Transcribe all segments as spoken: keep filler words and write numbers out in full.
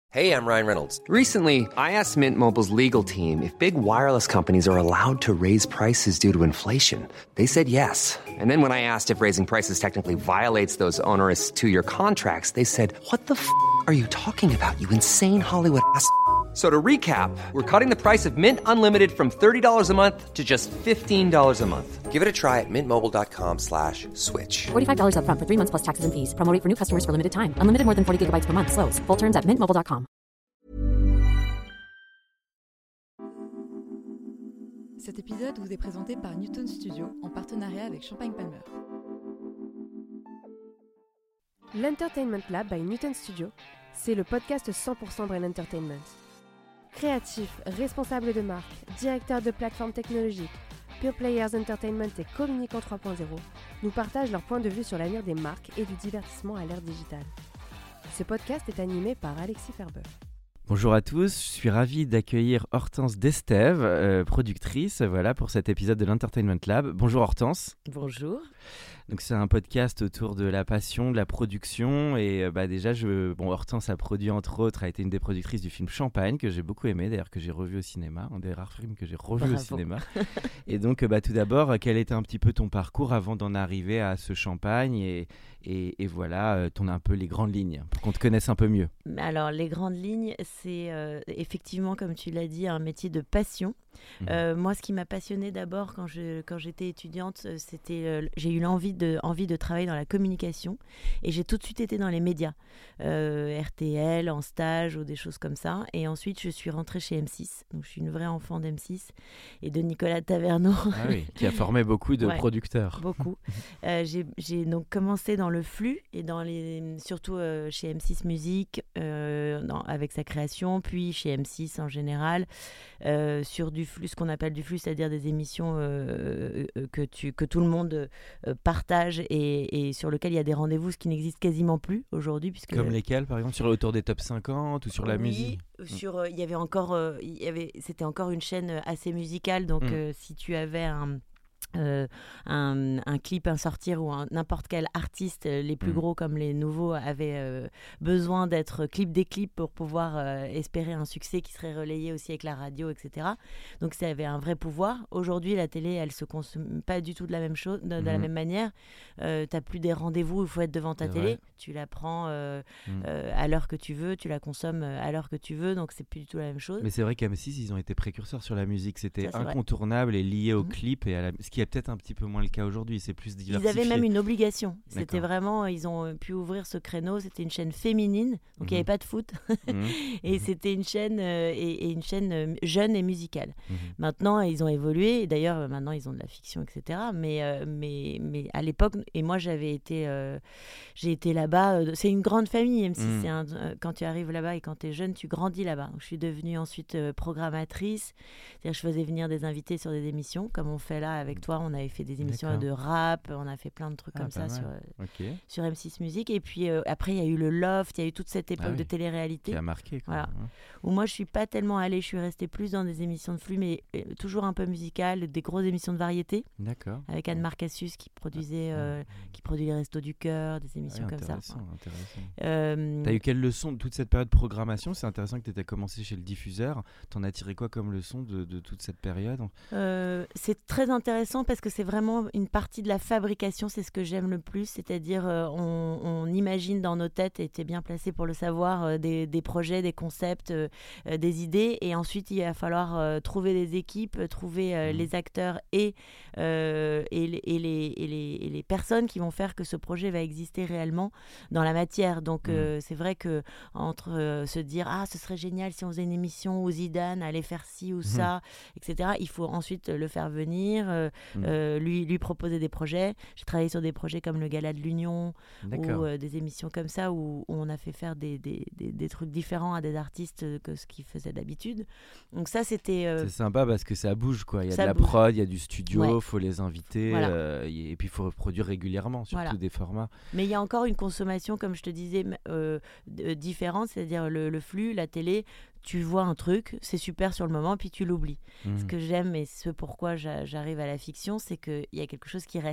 Hey, I'm Ryan Reynolds. Recently, I asked Mint Mobile's legal team if big wireless companies are allowed to raise prices due to inflation. They said yes. And then when I asked if raising prices technically violates those onerous two-year contracts, they said, "What the f*** are you talking about, you insane Hollywood ass f- So to recap, we're cutting the price of Mint Unlimited from thirty dollars a month to just fifteen dollars a month. Give it a try at mintmobile.com slash switch. forty-five dollars up front for three months plus taxes and fees. Promo rate for new customers for limited time. Unlimited more than forty gigabytes per month. Slows full terms at mint mobile dot com. Cet épisode vous est présenté par Newton Studio en partenariat avec Champagne Palmer. L'Entertainment Lab by Newton Studio, c'est le podcast cent pour cent Brain Entertainment. Créatifs, responsables de marque, directeurs de plateformes technologiques, Pure Players Entertainment et Communicant trois point zéro nous partagent leur point de vue sur l'avenir des marques et du divertissement à l'ère digitale. Ce podcast est animé par Alexis Ferber. Bonjour à tous, je suis ravi d'accueillir Hortense Destève, euh, productrice, voilà, pour cet épisode de l'Entertainment Lab. Bonjour Hortense. Bonjour. Donc c'est un podcast autour de la passion, de la production et euh, bah déjà je bon Hortense a produit entre autres, a été une des productrices du film Champagne que j'ai beaucoup aimé d'ailleurs, que j'ai revu au cinéma, un des rares films que j'ai revu Bravo. au cinéma. Et donc bah tout d'abord, quel était un petit peu ton parcours avant d'en arriver à ce Champagne et et, et voilà euh, ton un peu les grandes lignes pour qu'on te connaisse un peu mieux. Alors les grandes lignes, c'est euh, effectivement comme tu l'as dit un métier de passion. Mmh. Euh, moi, ce qui m'a passionnée d'abord quand, je, quand j'étais étudiante, c'était euh, j'ai eu l'envie de, envie de travailler dans la communication et j'ai tout de suite été dans les médias, euh, R T L, en stage ou des choses comme ça. Et ensuite, je suis rentrée chez M six. Donc, je suis une vraie enfant d'M six et de Nicolas Taverneau. Ah oui, qui a formé beaucoup de ouais, producteurs. Beaucoup. euh, j'ai, j'ai donc commencé dans le flux et dans les, surtout euh, chez M six Musique euh, dans, avec sa création, puis chez M six en général, euh, sur du flux, ce qu'on appelle du flux, c'est-à-dire des émissions euh, euh, que, tu, que tout le monde euh, partage et, et sur lesquelles il y a des rendez-vous, ce qui n'existe quasiment plus aujourd'hui. Puisque, Comme lesquels, par exemple, sur autour des top cinquante ou sur la oui, musique sur, euh, il y avait encore, euh, il y avait, c'était encore une chaîne assez musicale, donc mm. euh, si tu avais un... Euh, un, un clip à sortir ou un, n'importe quel artiste, les plus gros comme les nouveaux, avaient euh, besoin d'être clip des clips pour pouvoir euh, espérer un succès qui serait relayé aussi avec la radio, et cetera. Donc ça avait un vrai pouvoir. Aujourd'hui, la télé, elle se consomme pas du tout de la même chose, de, de mmh. la même manière. Euh, t'as plus des rendez-vous où il faut être devant ta c'est télé. Vrai. Tu la prends euh, mmh. euh, à l'heure que tu veux, tu la consommes à l'heure que tu veux, donc c'est plus du tout la même chose. Mais c'est vrai qu'à M six, ils ont été précurseurs sur la musique. C'était ça, incontournable vrai. Et lié au mmh. clip et à la... ce qui est peut-être un petit peu moins le cas aujourd'hui, c'est plus diversifié. Ils avaient même une obligation. D'accord. C'était vraiment, ils ont pu ouvrir ce créneau. C'était une chaîne féminine, donc mmh. il n'y avait pas de foot. mmh. Et mmh. c'était une chaîne euh, et, et une chaîne euh, jeune et musicale. Mmh. Maintenant, ils ont évolué. Et d'ailleurs, maintenant, ils ont de la fiction, et cetera. Mais euh, mais mais à l'époque, et moi, j'avais été, euh, j'ai été là-bas. Euh, c'est une grande famille, même si mmh. c'est un, euh, quand tu arrives là-bas et quand tu es jeune, tu grandis là-bas. Donc, je suis devenue ensuite euh, programmatrice. C'est-à-dire, je faisais venir des invités sur des émissions, comme on fait là avec toi. On avait fait des émissions D'accord. de rap, on a fait plein de trucs ah, comme ça sur, okay. sur M six Musique. Et puis euh, après, il y a eu le Loft, il y a eu toute cette époque ah oui. de télé-réalité. Qui a marqué. Quoi. Voilà. Ouais. Où moi, je ne suis pas tellement allée, je suis restée plus dans des émissions de flux, mais euh, toujours un peu musicales, des grosses émissions de variété. D'accord. Avec Anne-Marc Cassius qui produisait, euh, qui produit les Restos du Cœur, des émissions ouais, comme ça. Intéressant, intéressant. Euh... T'as eu quelle leçon de toute cette période de programmation ? C'est intéressant que tu aies commencé chez le diffuseur. T'en as tiré quoi comme leçon de, de toute cette période ? euh, C'est très intéressant parce que c'est vraiment une partie de la fabrication, c'est ce que j'aime le plus, c'est-à-dire euh, on, on imagine dans nos têtes, et tu es bien placé pour le savoir, euh, des, des projets, des concepts, euh, euh, des idées, et ensuite il va falloir euh, trouver des équipes, trouver euh, mmh. les acteurs et, euh, et, les, et, les, et, les, et les personnes qui vont faire que ce projet va exister réellement dans la matière. Donc mmh. euh, c'est vrai que entre euh, se dire ah ce serait génial si on faisait une émission où Zidane allait faire ci ou ça, mmh. et cetera. Il faut ensuite le faire venir, euh, mmh. euh, lui, lui proposer des projets. J'ai travaillé sur des projets comme le Gala de l'Union ou euh, des émissions comme ça où, où on a fait faire des, des, des, des trucs différents à des artistes que ce qu'ils faisaient d'habitude. Donc ça, c'était... Euh... C'est sympa parce que ça bouge, quoi. Il y a ça de la bouge. prod, il y a du studio, il ouais. faut les inviter voilà. euh, et puis il faut reproduire régulièrement, surtout voilà. des formats. Mais il y a encore une consommation, comme je te disais, euh, euh, différente, c'est-à-dire le, le flux, la télé. Tu vois un truc, c'est super sur le moment, puis tu l'oublies. Mmh. Ce que j'aime et ce pourquoi j'a- j'arrive à la fiction, c'est qu'il y a quelque chose qui reste.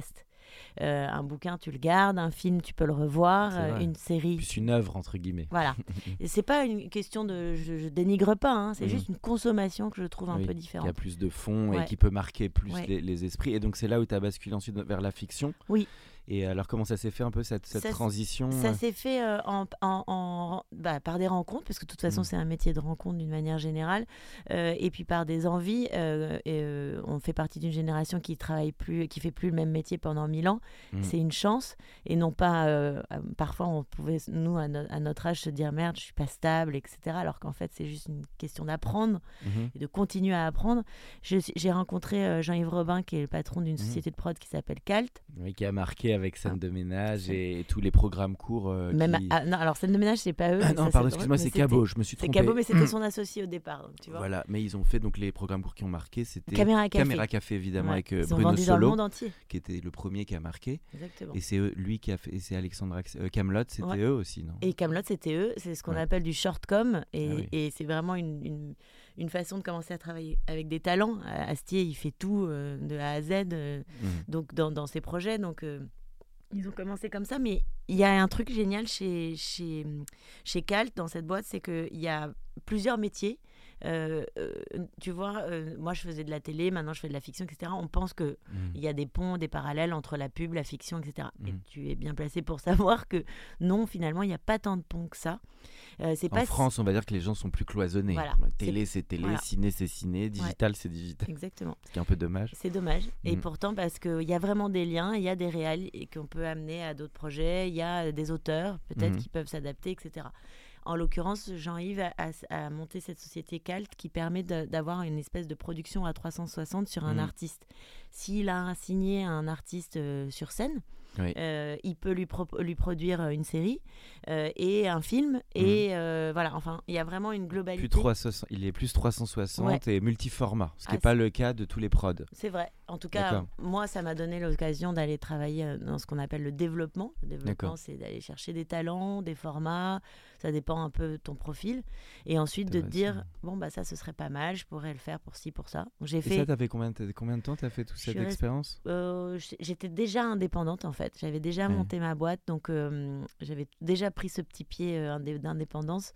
Euh, un bouquin, tu le gardes, un film, tu peux le revoir, euh, une série. Plus une œuvre, entre guillemets. Voilà. Et c'est pas une question de. Je, je dénigre pas, hein, c'est mmh. juste une consommation que je trouve un oui, peu différente. Qui a plus de fond ouais. et qui peut marquer plus ouais. les, les esprits. Et donc, c'est là où tu as basculé ensuite vers la fiction. Oui. Et alors, comment ça s'est fait un peu cette, cette ça, transition Ça s'est fait euh, en, en, en, bah, par des rencontres, parce que de toute façon, mmh. c'est un métier de rencontre d'une manière générale, euh, et puis par des envies. Euh, et, euh, on fait partie d'une génération qui travaille plus, qui fait plus le même métier pendant mille ans. Mmh. C'est une chance, et non pas. Euh, parfois, on pouvait, nous, à, no- à notre âge, se dire merde, je suis pas stable, et cetera. Alors qu'en fait, c'est juste une question d'apprendre mmh. et de continuer à apprendre. Je, j'ai rencontré euh, Jean-Yves Robin, qui est le patron d'une mmh. société de prod qui s'appelle Calt. Oui, qui a marqué avec Scène ah. de ménage et, et tous les programmes courts. Euh, Même qui... à, ah, non, alors Scène de ménage, c'est pas eux. Ah non, ça, pardon, c'est excuse-moi, c'est Cabot, je me suis trompé. C'est Cabot, mais c'était son associé au départ. Donc, tu vois. Voilà, mais ils ont fait donc les programmes courts qui ont marqué, c'était Caméra Café, Caméra Café évidemment, ouais. avec ils Bruno vendu Solo, dans le monde entier. Qui était le premier qui a marqué. Exactement. Et c'est eux, lui qui a fait, et c'est Alexandre euh, Camelot, c'était ouais. eux aussi, non? Et Camelot, c'était eux, c'est ce qu'on ouais. appelle du shortcom, et, ah oui. et c'est vraiment une, une, une façon de commencer à travailler avec des talents. Astier, il fait tout euh, de A à Z, euh, mmh. donc dans, dans ses projets, donc. Euh, Ils ont commencé comme ça, mais il y a un truc génial chez, chez, chez Calt, dans cette boîte, c'est qu'il y a plusieurs métiers. Euh, euh, tu vois, euh, moi je faisais de la télé, maintenant je fais de la fiction, et cetera. On pense qu'il mmh. y a des ponts, des parallèles entre la pub, la fiction, et cetera. Mmh. Et tu es bien placé pour savoir que non, finalement, il n'y a pas tant de ponts que ça. Euh, c'est en pas France, si... on va dire que les gens sont plus cloisonnés. Voilà. Télé, c'est, c'est télé, voilà. Ciné, c'est ciné, digital, ouais. c'est digital. Exactement. Ce qui est un peu dommage. C'est dommage. Mmh. Et pourtant, parce qu'il y a vraiment des liens, il y a des réals et qu'on peut amener à d'autres projets, il y a des auteurs, peut-être, mmh. qui peuvent s'adapter, et cetera. En l'occurrence, Jean-Yves a, a, a monté cette société Calt qui permet de, d'avoir une espèce de production à trois cent soixante sur un mmh. artiste. S'il a signé un artiste euh, sur scène, oui. euh, il peut lui, pro- lui produire une série euh, et un film. Et mmh. euh, voilà, enfin, il y a vraiment une globalité. Plus trois cent soixante, il est plus trois cent soixante ouais. et multiformat, ce qui n'est ah, pas le cas de tous les prods. C'est vrai. En tout cas, D'accord. moi, ça m'a donné l'occasion d'aller travailler dans ce qu'on appelle le développement. Le développement, D'accord. c'est d'aller chercher des talents, des formats. Ça dépend un peu de ton profil. Et ensuite, c'est de te dire, ça. bon, bah ça, ce serait pas mal. Je pourrais le faire pour ci, pour ça. Donc, j'ai et fait... ça, t'as fait combien, t'as, combien de temps t'as fait toute cette reste... expérience euh, J'étais déjà indépendante, en fait. J'avais déjà ouais. monté ma boîte. Donc, euh, j'avais déjà pris ce petit pied euh, d'indépendance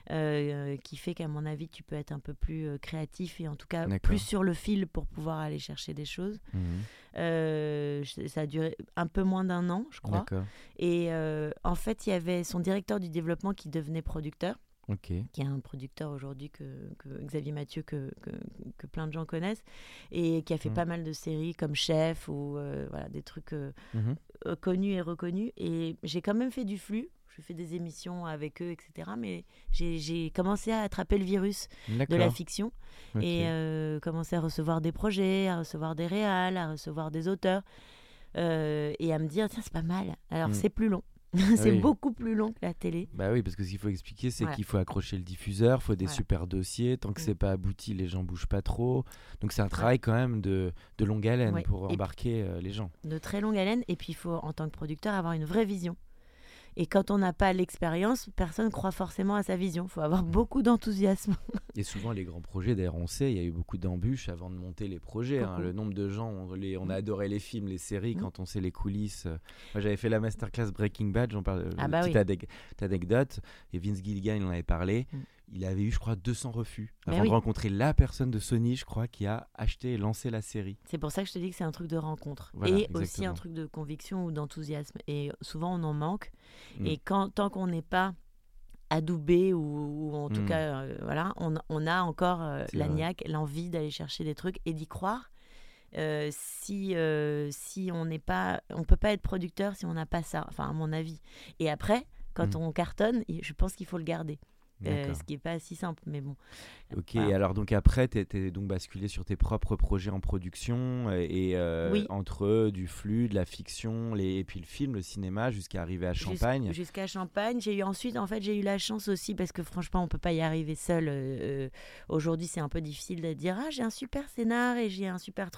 euh, qui fait qu'à mon avis, tu peux être un peu plus euh, créatif et en tout cas D'accord. plus sur le fil pour pouvoir aller chercher des choses. Mmh. Euh, ça a duré un peu moins d'un an, je crois. D'accord. Et euh, en fait, il y avait son directeur du développement qui devenait producteur. Okay. Qui est un producteur aujourd'hui que, que Xavier Mathieu que, que, que plein de gens connaissent et qui a fait mmh. pas mal de séries comme Chef ou euh, voilà, des trucs euh, mmh. connus et reconnus. Et j'ai quand même fait du flux. Je fais des émissions avec eux, et cetera. Mais j'ai, j'ai commencé à attraper le virus D'accord. de la fiction okay. et euh, commencé à recevoir des projets, à recevoir des réals, à recevoir des auteurs euh, et à me dire tiens, c'est pas mal. Alors mmh. c'est plus long. c'est oui. beaucoup plus long que la télé. Bah oui, parce que ce qu'il faut expliquer, c'est voilà. qu'il faut accrocher le diffuseur, il faut des voilà. super dossiers. Tant que mmh. c'est pas abouti, les gens bougent pas trop. Donc c'est un travail quand même de, de longue haleine ouais. pour et embarquer euh, les gens. De très longue haleine. Et puis il faut, en tant que producteur, avoir une vraie vision. Et quand on n'a pas l'expérience, personne ne croit forcément à sa vision. Il faut avoir beaucoup d'enthousiasme. Et souvent, les grands projets, d'ailleurs, on sait, il y a eu beaucoup d'embûches avant de monter les projets. Hein. Le nombre de gens, on, les, on a adoré les films, les séries, mmh. quand on sait les coulisses. Moi, j'avais fait la masterclass Breaking Bad, j'en parle, ah bah petite oui. adeg- anecdote. Et Vince Gilligan, il en avait parlé. Mmh. Il avait eu, je crois, deux cents refus Mais avant oui. de rencontrer la personne de Sony, je crois, qui a acheté et lancé la série. C'est pour ça que je te dis que c'est un truc de rencontre. Voilà, et exactement. aussi un truc de conviction ou d'enthousiasme. Et souvent, on en manque. Mmh. Et quand, tant qu'on n'est pas adoubé ou, ou en tout mmh. cas, euh, voilà, on, on a encore euh, la vrai. niaque, l'envie d'aller chercher des trucs et d'y croire. Euh, si euh, si on n'est pas, on peut pas être producteur si on n'a pas ça. Enfin, à mon avis. Et après, quand mmh. on cartonne, je pense qu'il faut le garder. Euh, ce qui n'est pas si simple, mais bon. Ok, voilà. Et alors donc après, tu es donc basculé sur tes propres projets en production et euh, oui. entre du flux, de la fiction les, et puis le film, le cinéma, jusqu'à arriver à Champagne. Jus- jusqu'à Champagne. J'ai eu ensuite, en fait, j'ai eu la chance aussi parce que franchement, on ne peut pas y arriver seul. Euh, aujourd'hui, c'est un peu difficile de dire « Ah, j'ai un super scénar et j'ai un super truc ».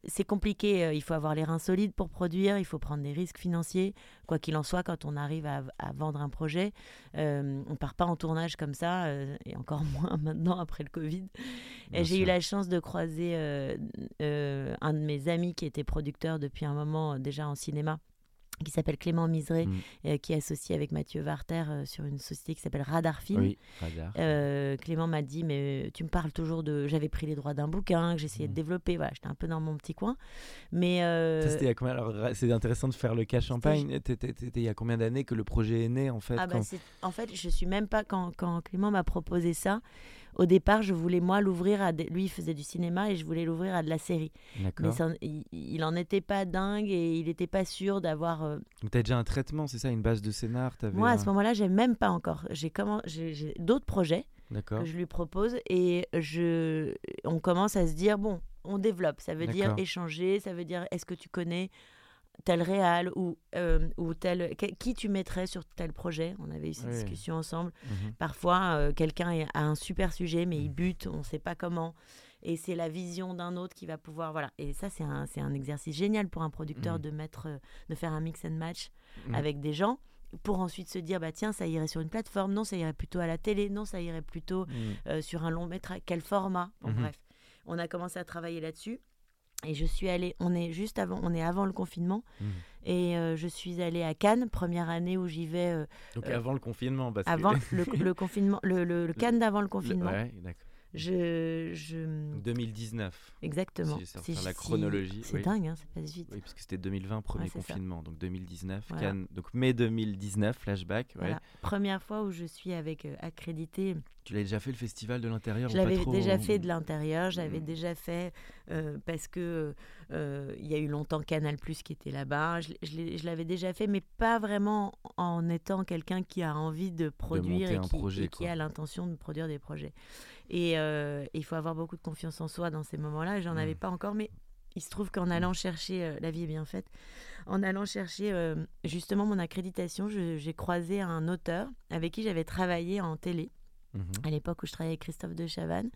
c'est compliqué. euh, Il faut avoir les reins solides pour produire. Il faut prendre des risques financiers. Quoi qu'il en soit, quand on arrive à, à vendre un projet, euh, on part pas en tournage comme ça, euh, et encore moins maintenant après le Covid. Bien Et j'ai sûr. eu la chance de croiser euh, euh, un de mes amis qui était producteur depuis un moment euh, déjà en cinéma, qui s'appelle Clément Miseré, Mm. euh, qui est associé avec Mathieu Warter euh, sur une société qui s'appelle Radar Film. Oui, Radar. Euh, Clément m'a dit, mais tu me parles toujours de... J'avais pris les droits d'un bouquin que j'essayais Mm. de développer. Voilà, j'étais un peu dans mon petit coin. Mais euh, Ça, c'était il y a combien Alors, ra- c'est intéressant de faire le cas Champagne. T'étais- T'étais il y a combien d'années que le projet est né en fait ah bah, quand- c'est- en fait, je suis même pas... Quand, quand Clément m'a proposé ça, au départ, je voulais, moi, l'ouvrir à... des- Lui, il faisait du cinéma et je voulais l'ouvrir à de la série. Mais D'accord. ça, il, il en était pas dingue et il était pas sûr d'avoir... euh, Donc t'as déjà un traitement, c'est ça, une base de scénar t'avais Moi, à un- ce moment-là, j'ai même pas encore. J'ai, comment... j'ai, j'ai d'autres projets D'accord. que je lui propose et je... on commence à se dire, bon, on développe. Ça veut dire D'accord. échanger, ça veut dire, est-ce que tu connais tel réal ou, euh, ou tel... que- qui tu mettrais sur tel projet. On avait eu cette Oui. discussion ensemble. Mhm. Parfois, euh, quelqu'un est- a un super sujet, mais Mm. il bute, on ne sait pas comment. Et c'est la vision d'un autre qui va pouvoir... Voilà. Et ça, c'est un, c'est un exercice génial pour un producteur Mm. de, mettre, euh, de faire un mix and match Mm. avec des gens pour ensuite se dire, bah, tiens, ça irait sur une plateforme, non, ça irait plutôt à la télé, non, ça irait plutôt Mm. euh, sur un long métrage, quel format. Bon, Mhm. bref, on a commencé à travailler là-dessus. Et je suis allée, on est juste avant, on est avant le confinement, Mhm. et euh, je suis allée à Cannes, première année où j'y vais, euh, Donc Euh, avant le confinement parce que- avant le, le confinement, le, le- le Cannes d'avant le Le- confinement. Ouais, d'accord. Je, je... Donc deux mille dix-neuf. Exactement. Si j'essaie de Si- faire la si- chronologie, C'est oui. dingue, hein, ça passe vite. Oui, parce que c'était deux mille vingt, premier Ouais, c'est ça. confinement. Donc deux mille dix-neuf, Voilà. Cannes. Donc mai deux mille dix-neuf, flashback. Ouais. Voilà. Première fois où je suis avec euh, accrédité. Tu l'avais déjà fait le festival de l'intérieur Je ou pas l'avais trop déjà fait de l'intérieur, j'avais Mm. déjà fait euh, parce que euh, il y a eu longtemps Canal Plus qui était là-bas. Je, l'ai- je l'ai- je l'avais déjà fait, mais pas vraiment en étant quelqu'un qui a envie de produire monter et, un qui, projet, et qui quoi. a l'intention de produire des projets. Et euh, il faut avoir beaucoup de confiance en soi dans ces moments-là. J'en Mm. avais pas encore, mais il se trouve qu'en allant chercher, euh, la vie est bien faite, en allant chercher euh, justement mon accréditation, je- j'ai croisé un auteur avec qui j'avais travaillé en télé Mhm. à l'époque où je travaillais avec Christophe de Chavannes.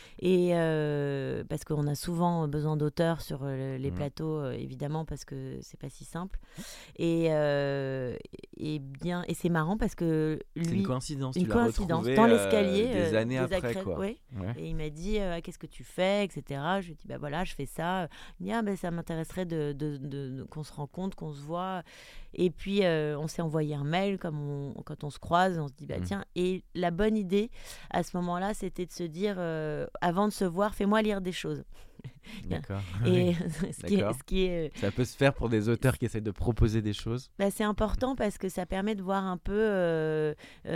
Et euh, parce qu'on a souvent besoin d'auteurs sur euh, les Mhm. plateaux, euh, évidemment, parce que c'est pas si simple. Et, euh, et bien, et c'est marrant parce que lui, C'est une coïncidence. une tu l'as coïncidence retrouvé, dans euh, l'escalier, des euh, années des après, accré- quoi. ouais. Ouais. Et il m'a dit euh, qu'est-ce que tu fais, et cetera. Je lui ai dit bah voilà, je fais ça. Il me dit ah ben ça m'intéresserait de, de, de- de- qu'on se rencontre, qu'on se voit. Et puis euh, on s'est envoyé un mail comme on- quand on se croise, on se dit bah Mhm. tiens. Et la bonne idée à ce moment-là, c'était de se dire euh, avant de se voir, fais-moi lire des choses. D'accord. Et ce qui est, D'accord. ce qui est Ça peut se faire pour des auteurs qui essaient de proposer des choses. bah, c'est important parce que ça permet de voir un peu euh,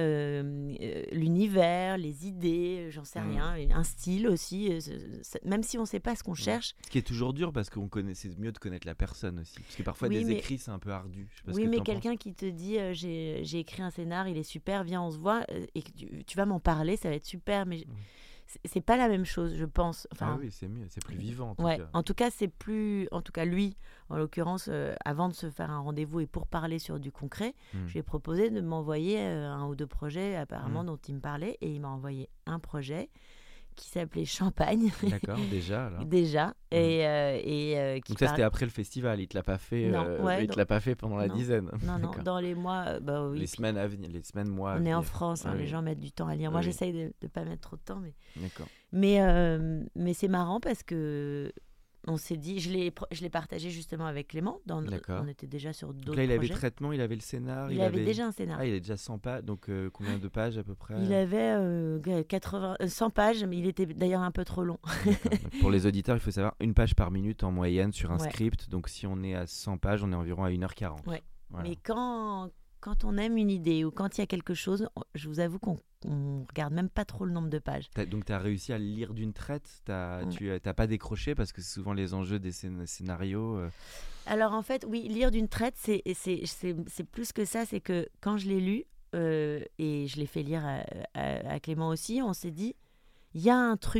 euh, euh, l'univers, les idées, euh, j'en sais Mm. rien, et un style aussi. euh, c'est- c'est- même si on ne sait pas ce qu'on cherche. Ce qui est toujours dur parce qu'on connaît, c'est mieux de connaître la personne aussi. Parce que parfois Oui, des mais- écrits c'est un peu ardu. Je sais pas ce Oui, que mais t'en penses. quelqu'un qui te dit euh, j'ai j'ai écrit un scénar, il est super, viens, on se voit, euh, et que tu, tu vas m'en parler, ça va être super, mais je- Mm. c'est- c'est pas la même chose, je pense. Enfin, Ah oui, c'est mieux, c'est plus vivant en tout ouais, cas. en tout cas, c'est plus. En tout cas, lui, en l'occurrence, euh, avant de se faire un rendez-vous et pour parler sur du concret, Mm. je lui ai proposé de m'envoyer euh, un ou deux projets apparemment Mm. dont il me parlait, et il m'a envoyé un projet qui s'appelait Champagne D'accord, déjà. Là. déjà, et, euh, et euh, qui Donc ça parle- c'était après le festival, il te l'a pas fait. Non, euh, ouais, il te non. l'a pas fait pendant la Non. dizaine. Non, non, D'accord. dans les mois, euh, bah oui, les puis semaines à venir, les semaines mois. à on est en venir. France, hein, Ah les oui. gens mettent du temps à lire. Moi, Oui. j'essaye de ne pas mettre trop de temps, mais D'accord. mais, euh, mais c'est marrant parce que on s'est dit, je l'ai pro- je l'ai partagé justement avec Clément. Dans, D'accord. on était déjà sur d'autres Donc là il avait projets. le traitement, il avait le scénar. Il, avait, déjà un scénar. Ah, il avait déjà cent pages. Donc euh, combien de pages à peu près Il avait euh, quatre-vingts, euh, cent pages, mais il était d'ailleurs un peu trop long. D'accord. Donc, pour les auditeurs, il faut savoir une page par minute en moyenne sur un Ouais. script. Donc si on est à cent pages, on est environ à une heure quarante. Ouais. Voilà. Mais quand, quand on aime une idée ou quand il y a quelque chose, je vous avoue qu'on on regarde même pas trop le nombre de pages. T'as- donc tu as réussi à le lire d'une traite. T'as, Mm. tu n'as pas décroché parce que c'est souvent les enjeux des scén- scénarios. euh, Alors en fait, oui, lire d'une traite, c'est, c'est, c'est, c'est plus que ça. C'est que quand je l'ai lu, euh, et je l'ai fait lire à, à- à Clément aussi, on s'est dit, il y a un truc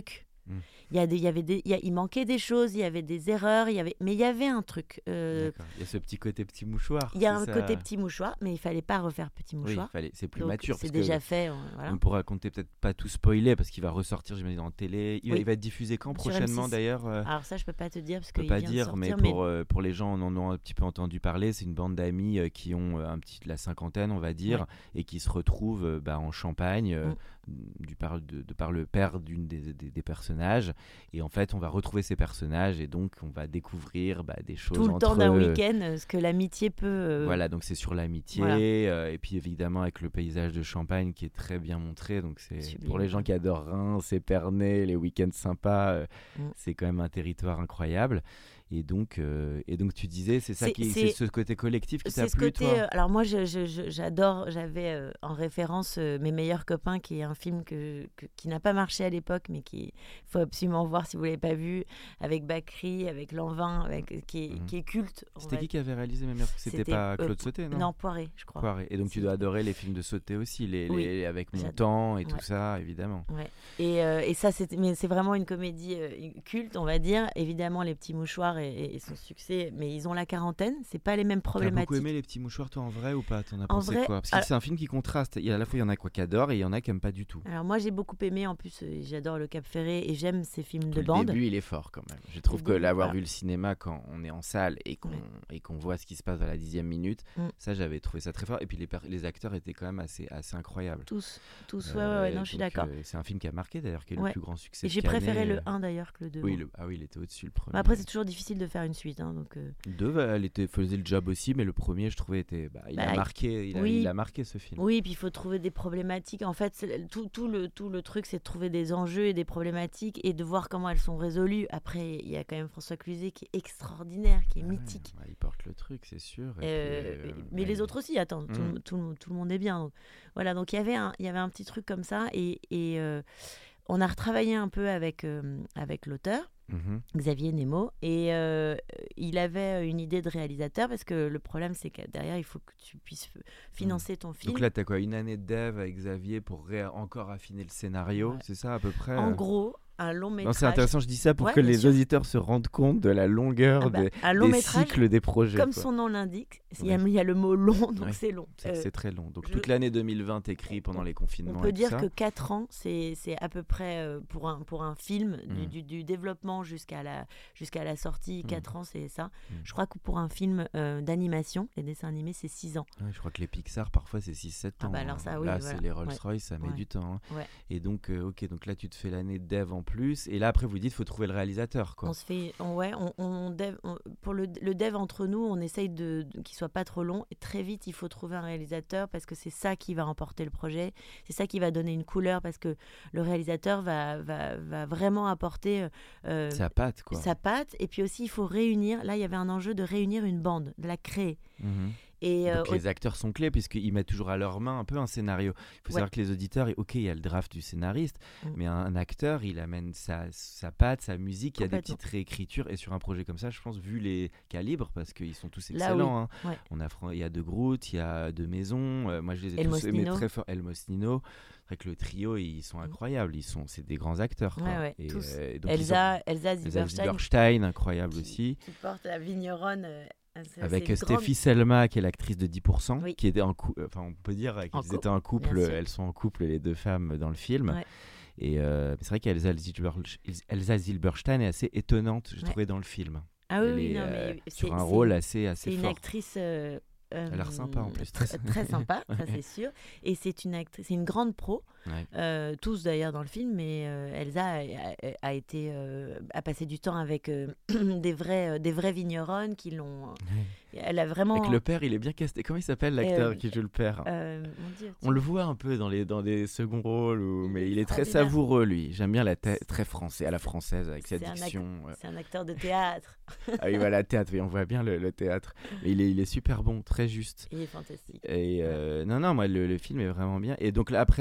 Il y a des, il y avait des, il, y a, il manquait des choses, il y avait des erreurs, il y avait, mais il y avait un truc. Euh, il y a ce petit côté petit mouchoir. Il y a un ça... côté petit mouchoir, mais il fallait pas refaire petit mouchoir. Oui, fallait, c'est plus Donc, mature. C'est parce déjà que, fait. On, voilà. on pourra raconter peut-être pas tout spoiler parce qu'il va ressortir, j'imagine, en télé. Il, oui. il va être diffusé quand Sur prochainement M six. d'ailleurs euh... Alors ça, je peux pas te dire parce que. Je peux pas dire, sortir, mais, mais pour euh, pour les gens, on en a un petit peu entendu parler. C'est une bande d'amis euh, qui ont euh, un petit de la cinquantaine, on va dire, ouais. et qui se retrouvent euh, bah, en Champagne. Euh, mm. Du par, de, de par le père d'une des, des, des personnages, et en fait on va retrouver ces personnages et donc on va découvrir bah, des choses tout le entre temps d'un eux. week-end, ce que l'amitié peut euh... voilà, donc c'est sur l'amitié, voilà. euh, et puis évidemment avec le paysage de Champagne qui est très bien montré, donc c'est Sublime. Pour les gens qui adorent Reims, Épernay, les week-ends sympas, euh, mm. c'est quand même un territoire incroyable. Et donc, euh, et donc tu disais, c'est ça c'est, qui, c'est, c'est ce côté collectif qui t'a ce plu, côté, toi euh, Alors moi, je, je, je, j'adore, j'avais euh, en référence euh, Mes meilleurs copains, qui est un film que, que, qui n'a pas marché à l'époque, mais qu'il faut absolument voir si vous ne l'avez pas vu, avec Bakri, avec Lanvin, avec, qui, est, mmh. qui est culte. C'était qui qui avait réalisé Mes meilleurs copains? C'était, C'était pas Claude euh, Sauté, non? Non, Poiré, je crois. Poiré. Et donc c'est... tu dois adorer les films de Sauté aussi, les, oui. les, avec Montand et ouais. tout ça, évidemment. Ouais. Et, euh, et ça, c'est, mais c'est vraiment une comédie euh, culte, on va dire. Évidemment, Les Petits Mouchoirs et, et, et son succès, mais ils ont la quarantaine, c'est pas les mêmes problématiques. T'as beaucoup aimé Les Petits Mouchoirs, toi, en vrai, ou pas? T'en as en pensé vrai, quoi? Parce que alors... c'est un film qui contraste. Il y a à la fois, il y en a quoi qui adorent et il y en a qui aiment pas du tout. Alors moi, j'ai beaucoup aimé. En plus, euh, j'adore Le Cap Ferré et j'aime ces films le de bande. Le début, il est fort quand même. Je trouve le que début, l'avoir voilà. vu le cinéma quand on est en salle et qu'on, ouais. et qu'on voit ce qui se passe à la dixième minute, mm. ça, j'avais trouvé ça très fort. Et puis les, per- les acteurs étaient quand même assez, assez incroyables. Tous, tous, ouais, euh, ouais, ouais, non, je suis d'accord. Euh, c'est un film qui a marqué d'ailleurs, qui est ouais. le plus grand succès. Et j'ai Canet. préféré le un d'ailleurs que le deux. Oui, le... ah oui, il était au-dessus le premier. Mais après, c'est toujours difficile de faire une suite, hein, donc. Euh... Deux, elle était, faisait le job aussi, mais le premier, je trouvais, était, bah, il, bah, a marqué, il, a, oui. il a marqué ce film. Oui, puis il faut trouver des problématiques. En fait, tout, tout, le, tout le truc, c'est de trouver des enjeux et des problématiques et de voir comment elles sont résolues. Après, il y a quand même François Cluzet qui est extraordinaire, qui est ah mythique. Ouais, bah, il porte le truc, c'est sûr. Et euh, puis, euh, mais bah, les il... autres aussi, attends, mmh. tout, tout, tout le monde est bien. Donc, voilà, donc il y avait un, il y avait un petit truc comme ça et, et euh, on a retravaillé un peu avec, euh, avec l'auteur. Mmh. Xavier Nemo, et euh, il avait une idée de réalisateur parce que le problème c'est que derrière il faut que tu puisses financer ton film. Donc là t'as quoi, une année de dev avec Xavier pour ré- encore affiner le scénario, ouais. c'est ça à peu près? En gros, un long métrage. Non, c'est intéressant, je dis ça pour ouais, que les sûr. auditeurs se rendent compte de la longueur ah bah, des, un long des métrage, cycles des projets. Comme quoi. son nom l'indique, il y, a, il y a le mot long, donc ouais. c'est long. C'est, euh, c'est très long. Donc je... toute l'année deux mille vingt écrit pendant les confinements. On peut et dire tout ça. que quatre ans, c'est, c'est à peu près euh, pour, un, pour un film, mmh. du, du, du développement jusqu'à la, jusqu'à la sortie, quatre mmh. ans, c'est ça. Mmh. Je crois que pour un film euh, d'animation, les dessins animés, c'est six ans. Ouais, je crois que les Pixar, parfois, c'est six sept ans. Ah bah alors ça, oui, là, voilà. c'est les Rolls-Royce, ouais. ça met ouais. du temps. Hein. Ouais. Et donc, euh, ok, donc là, tu te fais l'année de dev en plus. Et là, après, vous dites, il faut trouver le réalisateur. Quoi. On se fait, on, ouais, on, on dev, on, pour le, le dev entre nous, on essaye de, de, qu'il soit pas trop long. Et très vite, il faut trouver un réalisateur parce que c'est ça qui va remporter le projet. C'est ça qui va donner une couleur parce que le réalisateur va, va, va vraiment apporter euh, sa patte, quoi. Sa patte. Et puis aussi, il faut réunir. Là, il y avait un enjeu de réunir une bande, de la créer. Mmh. Et Donc euh, les acteurs sont clés puisqu'ils mettent toujours à leur main un peu un scénario. Il faut ouais. savoir que les auditeurs, ok, il y a le draft du scénariste, mmh. mais un, un acteur, il amène sa, sa patte, sa musique, il y a des petites réécritures. Et sur un projet comme ça, je pense, vu les calibres, parce qu'ils sont tous excellents, Là, oui. hein. ouais. On a, il y a De Groot, il y a De Maison, euh, moi je les ai El tous aimés très fort. El Mosnino. C'est vrai que le trio, ils sont incroyables, ils sont, c'est des grands acteurs. Quoi. Ouais, ouais, et, tous. Euh, et donc Elsa, ont, Elsa Zilberstein, Zilberstein, incroyable qui, aussi. Qui porte la vigneronne. Euh... C'est, avec c'est Stéphie grande... Selma qui est l'actrice de dix pour cent oui. qui était en couple, enfin on peut dire qu'ils en étaient en couple, couple elles sont en couple les deux femmes dans le film ouais. et euh, c'est vrai qu'Elsa Zilber... Elsa Zilberstein est assez étonnante j'ai ouais. trouvé dans le film. Ah oui, elle oui est, non, euh, mais sur c'est, un c'est, rôle assez, assez c'est fort. C'est une actrice euh, euh, elle a l'air sympa en plus. Très, très sympa, ça c'est sûr. Et c'est une, actrice, c'est une grande pro, ouais. euh, tous d'ailleurs dans le film, mais euh, Elsa a, a, a, été, euh, a passé du temps avec euh, des, vrais, des vrais vigneronnes qui l'ont... Ouais. Elle a vraiment... Avec le père, il est bien casté. Comment il s'appelle l'acteur euh, qui joue le père euh, mon Dieu, On le voit un peu dans, les, dans des seconds rôles, où... mais il est très savoureux lui. J'aime bien la tête très français, à la française avec sa diction. Un ac... C'est un acteur de théâtre. Ah oui, voilà, théâtre, oui, on voit bien le, le théâtre. Mais il est, il est super bon, très juste. Il est fantastique. Et euh, non, non, moi le, le film est vraiment bien. Et donc là, après, donc là, vous,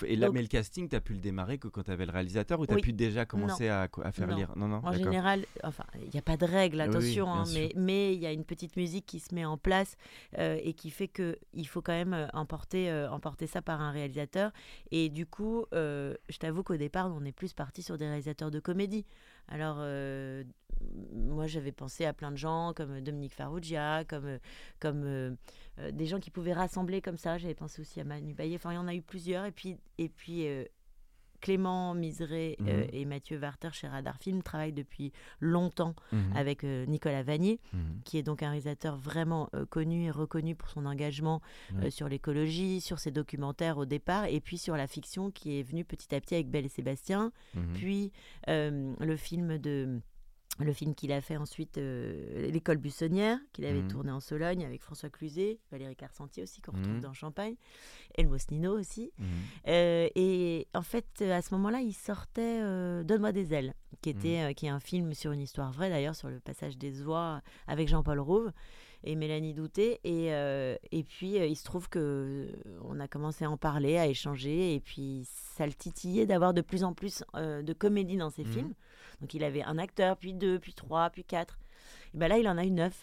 faut... Et là, Donc- mais le casting, tu as pu le démarrer que quand tu avais le réalisateur ou tu as Oui. pu déjà commencer à, à faire Non. lire Non, non, En d'accord. général, enfin, il n'y a pas de règle, Oui, oui, attention, bien hein, sûr. mais mais il y a une petite musique qui se met en place euh, et qui fait que il faut quand même euh, emporter euh, emporter ça par un réalisateur. Et du coup, euh, je t'avoue qu'au départ, on est plus parti sur des réalisateurs de comédie. Alors, euh, moi, j'avais pensé à plein de gens comme Dominique Farrugia, comme euh, comme euh, euh, des gens qui pouvaient rassembler comme ça. J'avais pensé aussi à Manu Baillet. Enfin, il y en a eu plusieurs. Et puis et puis. euh, Clément Miseré euh, Mhm. et Mathieu Warter chez Radar Film travaillent depuis longtemps Mhm. avec euh, Nicolas Vanier, Mhm. qui est donc un réalisateur vraiment euh, connu et reconnu pour son engagement euh, Ouais. sur l'écologie, sur ses documentaires au départ, et puis sur la fiction qui est venue petit à petit avec Belle et Sébastien, Mhm. puis euh, le film de... Le film qu'il a fait ensuite, euh, L'école buissonnière, qu'il avait Mhm. tourné en Sologne avec François Cluzet, Valérie Carcentier aussi, qu'on retrouve Mhm. dans Champagne, Elmos Nino aussi. Mhm. Euh, et en fait, à ce moment-là, il sortait euh, Donne-moi des ailes, qui, était, euh, qui est un film sur une histoire vraie, d'ailleurs, sur le passage des oies avec Jean-Paul Rouve et Mélanie Douté. Et, euh, et puis, euh, il se trouve qu'on a commencé à en parler, à échanger, et puis ça le titillait d'avoir de plus en plus euh, de comédie dans ses Mhm. films. Donc, il avait un acteur, puis deux, puis trois, puis quatre. Et ben là, il en a eu neuf.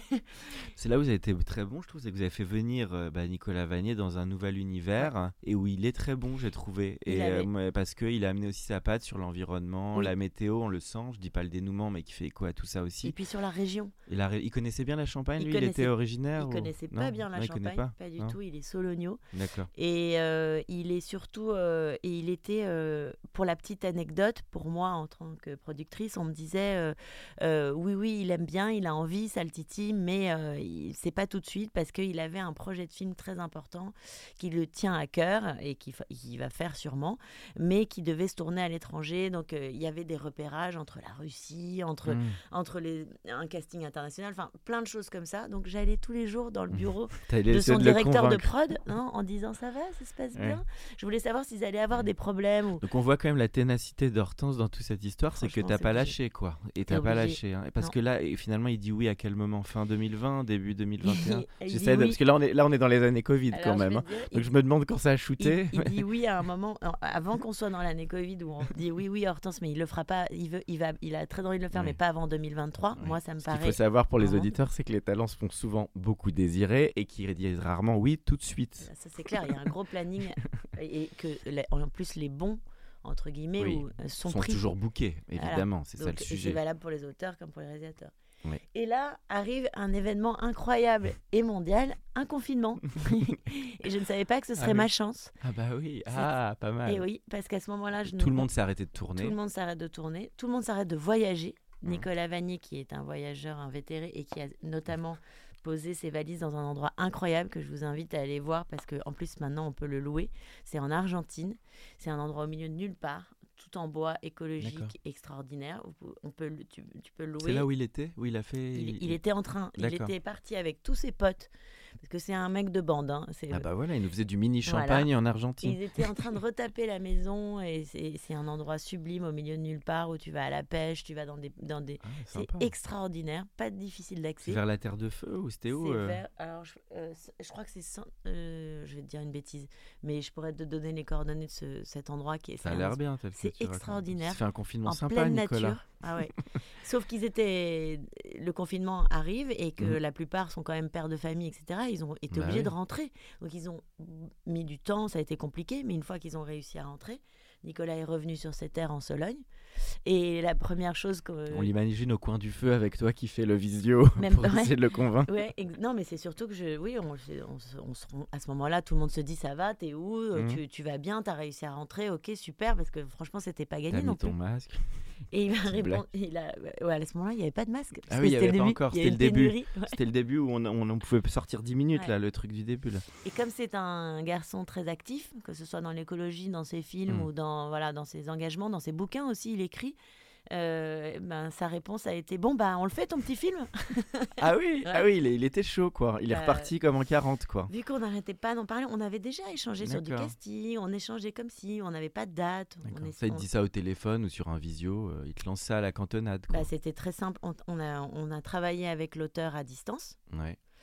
C'est là où vous avez été très bon, je trouve, c'est que vous avez fait venir euh, bah, Nicolas Vanier dans un nouvel univers et où il est très bon, j'ai trouvé. Il Et avait- euh, moi, parce qu'il a amené aussi sa patte sur l'environnement, Oui. la météo, on le sent. Je dis pas le dénouement, mais qui fait écho à tout ça aussi. Et puis sur la région. Il, a ré- il connaissait bien la Champagne, Il lui. Il connaissait- était originaire. Il ou- connaissait Non pas bien la Non, il connaît Champagne, pas, pas, du non tout. Il est sologno. D'accord. Et euh, il est surtout, euh, et il était, euh, pour la petite anecdote, pour moi en tant que productrice, on me disait, euh, euh, oui, oui, il aime bien, il a envie, ça le titille, mais euh, il- c'est pas tout de suite parce qu'il avait un projet de film très important qui le tient à cœur et qu'il fa- qu'il va faire sûrement, mais qui devait se tourner à l'étranger. Donc euh, il y avait des repérages entre la Russie, entre, Mmh. entre les, un casting international, enfin plein de choses comme ça. Donc j'allais tous les jours dans le bureau T'as de essayé son de le directeur de convaincre. prod, hein, en disant ça va, ça se passe Ouais. bien. Je voulais savoir s'ils allaient avoir des problèmes. Ou... Donc on voit quand même la ténacité d'Hortense dans toute cette histoire, c'est que Franchement, t'as c'est pas obligé. lâché quoi. Et T'es t'as pas obligé. lâché. Hein. Parce Non. que là, et finalement, il dit oui à quel moment Fin deux mille vingt, début deux mille vingt et un Il J'essaie dit de... oui. Parce que là on, est... là, on est dans les années Covid Alors, quand je même. vais hein. te dire, Donc il- je me demande quand ça a Il, shooté. il dit oui à un moment, euh, avant qu'on soit dans l'année Covid, où on dit oui, oui, Hortense, mais il le fera pas. Il veut, il va, il a très envie de le faire, Oui. mais pas avant deux mille vingt-trois. Oui. Moi, ça me Ce qu'il paraît. faut savoir pour les marrant. auditeurs, c'est que les talents se font souvent beaucoup désirer et qu'ils disent rarement oui tout de suite. Ça, c'est clair. Il y a un gros planning et que, les- en plus, les bons entre guillemets, Oui. où, euh, sont, Ils sont pris. toujours bookés, Voilà. évidemment, c'est ça Donc, le et c'est sujet. valable pour les auteurs comme pour les réalisateurs. Oui. Et là arrive un événement incroyable et mondial, un confinement. Et je ne savais pas que ce serait oui. ma chance. Ah bah oui, C'est- ah pas mal. Et oui, parce qu'à ce moment-là, je Tout ne- le monde s'est arrêté de tourner. tout le monde s'arrête de tourner, tout le monde s'arrête de voyager. Mmh. Nicolas Vanier, qui est un voyageur invétéré et qui a notamment posé ses valises dans un endroit incroyable que je vous invite à aller voir parce qu'en plus maintenant on peut le louer. C'est en Argentine. C'est un endroit au milieu de nulle part, tout en bois, D'accord. écologique, extraordinaire. Vous pouvez- On peut, le- tu, tu peux le louer. C'est là où il était Où il a fait Il, il était en train, il D'accord. était parti avec tous ses potes, parce que c'est un mec de bande. Hein, c'est- Ah bah voilà, il nous faisait du mini Voilà. champagne en Argentine. Ils étaient en train de retaper la maison et c'est c'est un endroit sublime au milieu de nulle part où tu vas à la pêche, tu vas dans des... Dans des... Ah, C'est sympa. extraordinaire, pas difficile C'est d'accès. vers la Terre de Feu ou c'était où C'est euh vers- alors, je, euh, c- je crois que c'est... cent- euh, je vais te dire une bêtise, mais je pourrais te donner les coordonnées de ce- cet endroit qui est... Ça a c'est l'air un- bien. tel que c'est tu racontes. extraordinaire. Il fait un confinement en sympa, pleine Nicolas. nature. Ah ouais. Sauf qu'ils étaient, le confinement arrive et que Mhm. la plupart sont quand même pères de famille, et cetera. Ils ont été Bah obligés oui. de rentrer. Donc ils ont mis du temps, ça a été compliqué, mais une fois qu'ils ont réussi à rentrer, Nicolas est revenu sur ses terres en Sologne. Et la première chose que On l'imagine au coin du feu avec toi qui fait le visio Même- pour ouais. essayer de le convaincre. Ouais, ex- non, mais c'est surtout que je, oui, on, se- on se- on se rend- à ce moment-là, tout le monde se dit ça va, t'es où, Euh, Mhm. tu, tu vas bien, t'as réussi à rentrer, ok, super, parce que franchement, c'était pas T'as gagné mis non ton plus. masque. Et il m'a Petite répondu, il a, ouais, à ce moment-là, il n'y avait pas de masque. parce Ah que oui, il y c'était avait pas début, encore, il y a c'était une le début. pénurie, ouais. C'était le début où on, on, on pouvait sortir dix minutes, Ouais. là, le truc du début. Là. Et comme c'est un garçon très actif, que ce soit dans l'écologie, dans ses films Mm. ou dans, voilà, dans ses engagements, dans ses bouquins aussi, il écrit. euh, ben, sa réponse a été bon, bah, on le fait ton petit film. Ah oui, Ouais. ah oui il, est- il était chaud, quoi. Il est Euh, reparti comme en quarante, quoi. Vu qu'on n'arrêtait pas d'en parler, on avait déjà échangé sur du D'accord. casting, on échangeait comme si, on n'avait pas de date. on D'accord. est- Ça, il te on- dit ça au téléphone ou sur un visio, euh, il te lance ça à la cantonade, quoi. bah, c'était très simple. On, on a, on a travaillé avec l'auteur à distance. Ouais.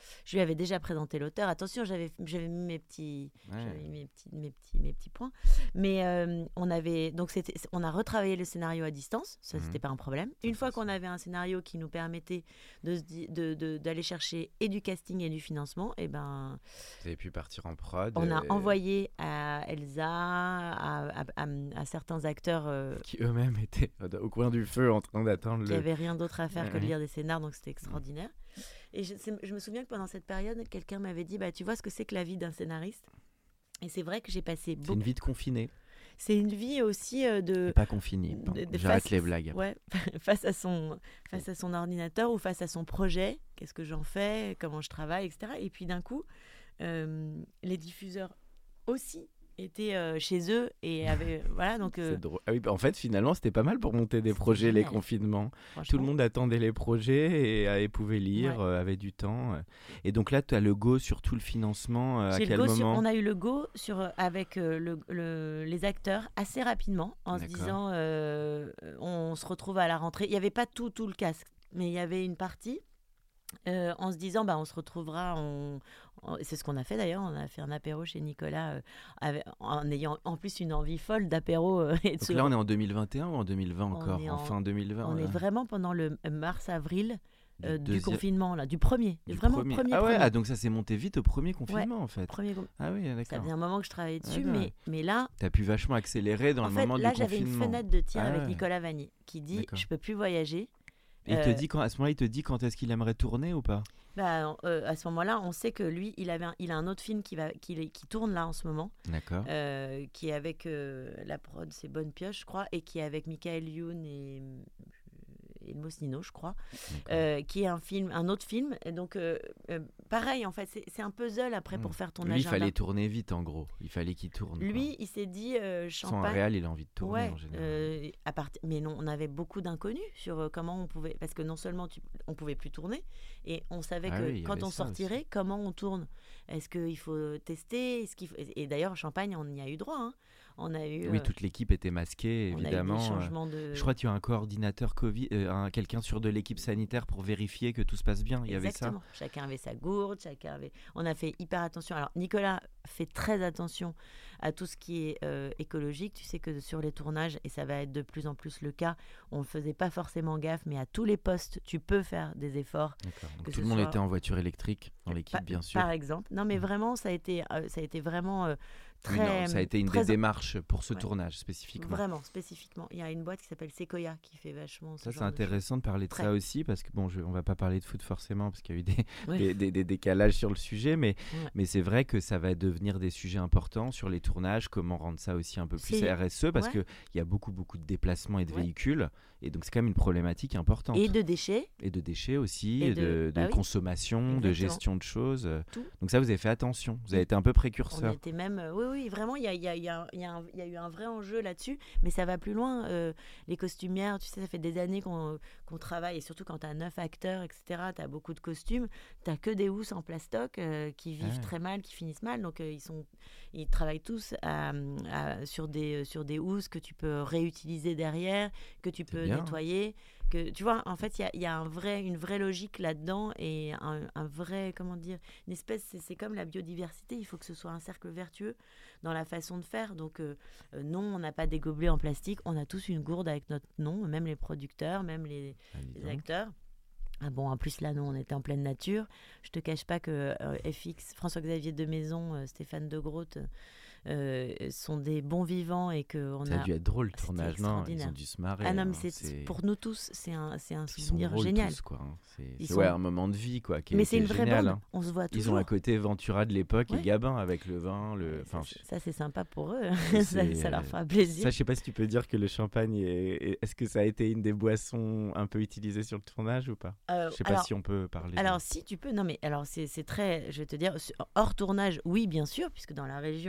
Je lui avais déjà présenté l'auteur. Attention, j'avais, j'avais mis mes petits, Ouais. j'avais mis mes petits, mes petits, mes petits points. Mais euh, on avait, donc c'était, on a retravaillé le scénario à distance. Ça, Mhm. c'était pas un problème. Une fois qu'on avait un scénario qui nous permettait de, se di- de, de- d'aller chercher et du casting et du financement, et ben, Vous avez pu partir en prod. on a euh, envoyé à Elsa, à, à- à- à certains acteurs. euh, Qui eux-mêmes étaient au coin du feu en train d'attendre qui le. n'avaient rien d'autre à faire que de Ouais. lire des scénars, donc c'était extraordinaire. Et je, c'est- je me souviens que pendant cette période, quelqu'un m'avait dit, bah, tu vois ce que c'est que la vie d'un scénariste. Et c'est vrai que j'ai passé C'est beaucoup. une vie de confiné. C'est une vie aussi euh, de. Et pas confiné. de- pardon. de J'arrête face- les blagues. Ouais, face à son face à son ordinateur ou face à son projet. Qu'est-ce que j'en fais, comment je travaille, et cetera. Et puis d'un coup, euh, les diffuseurs aussi étaient euh, chez eux et avaient voilà donc euh, C'est drôle. Ah oui, bah, en fait, finalement, c'était pas mal pour monter des C'était projets, les génial. confinements. Tout franchement, le monde attendait les projets et, euh, et pouvait lire, Ouais. euh, avait du temps. euh. Et donc là, tu as le go sur tout le financement. euh, à J'ai le quel go sur- moment on a eu le go sur, euh, avec euh, le, le- les acteurs assez rapidement en se D'accord. disant euh, on se retrouve à la rentrée. Il n'y avait pas tout, tout le casque, mais il y avait une partie euh, en se disant bah, on se retrouvera. On, on- c'est ce qu'on a fait d'ailleurs. On a fait un apéro chez Nicolas euh, avec- en ayant en plus une envie folle d'apéro. euh, et de Donc se- là, on est en deux mille vingt et un ou en deux mille vingt On encore est En en- fin deux mille vingt on est là vraiment pendant le mars-avril Du euh, du deuxième- confinement, là, du premier. du vraiment premier. premier. Ah ouais, premier. ah, donc ça s'est monté vite au premier confinement en fait. Premier con- Ah oui, Ça d'accord. faisait un moment que je travaillais dessus, D'accord. mais, mais là, T'as pu vachement accélérer dans en le fait, moment là, du j'avais une confinement. fenêtre de tir Ah avec ouais. Nicolas Vanier qui dit D'accord. je peux plus voyager. Et il te Euh, dit quand, à ce moment-là, il te dit quand est-ce qu'il aimerait tourner ou pas Bah, euh, à ce moment-là, on sait que lui, il, avait un, il a un autre film qui, va, qui, qui tourne là en ce moment, D'accord. euh, qui est avec euh, la prod, c'est Bonne Pioche, je crois, et qui est avec Michael Youn et, et Elmos Nino, je crois, D'accord. euh, qui est un film, un autre film. Et donc, euh, euh, pareil, en fait, c'est, c'est un puzzle après pour Hmm. faire ton Lui, il agenda. fallait tourner vite en gros. Il fallait qu'il tourne. quoi. Lui, il s'est dit euh, Sans un Champagne. réel, il a envie de tourner Ouais, en général. euh, à part... mais non, on avait beaucoup d'inconnus sur euh, comment on pouvait, parce que non seulement tu... on pouvait plus tourner, et on savait Ah que oui, il y quand avait on ça sortirait, comment on tourne. Est-ce qu'il faut tester Est-ce qu'il faut... Et d'ailleurs, Champagne, on y a eu droit. Hein. On a eu, Oui, euh, toute l'équipe était masquée, on a eu évidemment. des euh, changements de. Je crois qu'il y a un coordinateur Covid, euh, un- quelqu'un sur de l'équipe sanitaire pour vérifier que tout se passe bien. Il y avait ça. Exactement. Chacun avait sa gourde, chacun avait. On a fait hyper attention. Alors Nicolas fait très attention à tout ce qui est euh, écologique. Tu sais que sur les tournages, et ça va être de plus en plus le cas, on ne faisait pas forcément gaffe, mais à tous les postes, tu peux faire des efforts. D'accord. Donc, Que tout ce le monde soit- était en voiture électrique dans l'équipe, Pa- bien sûr. Par exemple. Non, mais Mhm. vraiment, ça a été, euh, ça a été vraiment euh, Oui, très. non, ça a été une très- des démarches pour ce Ouais. tournage spécifiquement. Vraiment, spécifiquement. Il y a une boîte qui s'appelle Sequoia qui fait vachement ce Ça, genre c'est de intéressant de parler de Très. ça aussi, parce que bon, je, on va pas parler de foot forcément, parce qu'il y a eu des, Ouais. des, des- des décalages sur le sujet, mais, Ouais. mais c'est vrai que ça va devenir des sujets importants sur les tournages, comment rendre ça aussi un peu plus C'est- R S E, parce ouais. qu'il y a beaucoup, beaucoup de déplacements et de Ouais. véhicules, et donc c'est quand même une problématique importante. Et de déchets. Et de déchets aussi, Et et de, de- bah de oui. consommation, de Exactement. gestion de choses. euh. Tout. Donc ça, vous avez fait attention, vous avez été un peu On précurseur. était même, euh, oui, oui, vraiment, il y a, il y, a, il y, a, il y, a un- il y a eu un vrai enjeu là-dessus, mais ça va plus loin. euh, les costumières, tu sais, ça fait des années qu'on qu'on travaille, et surtout quand tu as neuf acteurs, et cetera, tu as beaucoup de costumes, tu que des housses en plastoc euh, qui vivent Ouais. très mal, qui finissent mal, donc euh, ils, sont, ils travaillent tous à- à- sur, des, sur des housses que tu peux réutiliser derrière, que tu peux bien. nettoyer. Que, tu vois, en fait, il y a, il y a un vrai, une vraie logique là-dedans et un, un vrai, comment dire, une espèce, c'est, c'est comme la biodiversité, il faut que ce soit un cercle vertueux dans la façon de faire. Donc, euh, euh, non, on n'a pas des gobelets en plastique, on a tous une gourde avec notre nom, même les producteurs, même les, Ah, dis les donc. acteurs. Ah bon, en plus là, nous, on était en pleine nature. Je te cache pas que euh, F X, François-Xavier de Maison, euh, Stéphane de Groot euh, sont des bons vivants et que on Ça a a. dû être drôle le C'était tournage, non Ils extraordinaire. ont dû se marrer. Ah non, mais hein, c'est, pour nous tous, c'est un, c'est un Ils sont souvenir drôles génial. tous, quoi, hein. C'est, Ils c'est sont- ouais, un moment de vie, quoi, qui est, Mais qui c'est est une vraie génial, bande. hein. On se voit Ils toujours. ont un côté Ventura de l'époque Ouais. et Gabin avec le vin, le. Ouais, ça, Enfin, c'est- ça, c'est sympa pour eux. Et ça, c'est, ça leur euh, fera plaisir. ça, je sais pas si tu peux dire que le champagne est... est- Est-ce que ça a été une des boissons un peu utilisées sur le tournage ou pas Euh, Je sais pas alors, si on peut parler. de- alors, si tu peux, non, mais alors c'est, c'est très, je vais te dire, su- hors tournage, oui, bien sûr, puisque dans la région, euh, c'est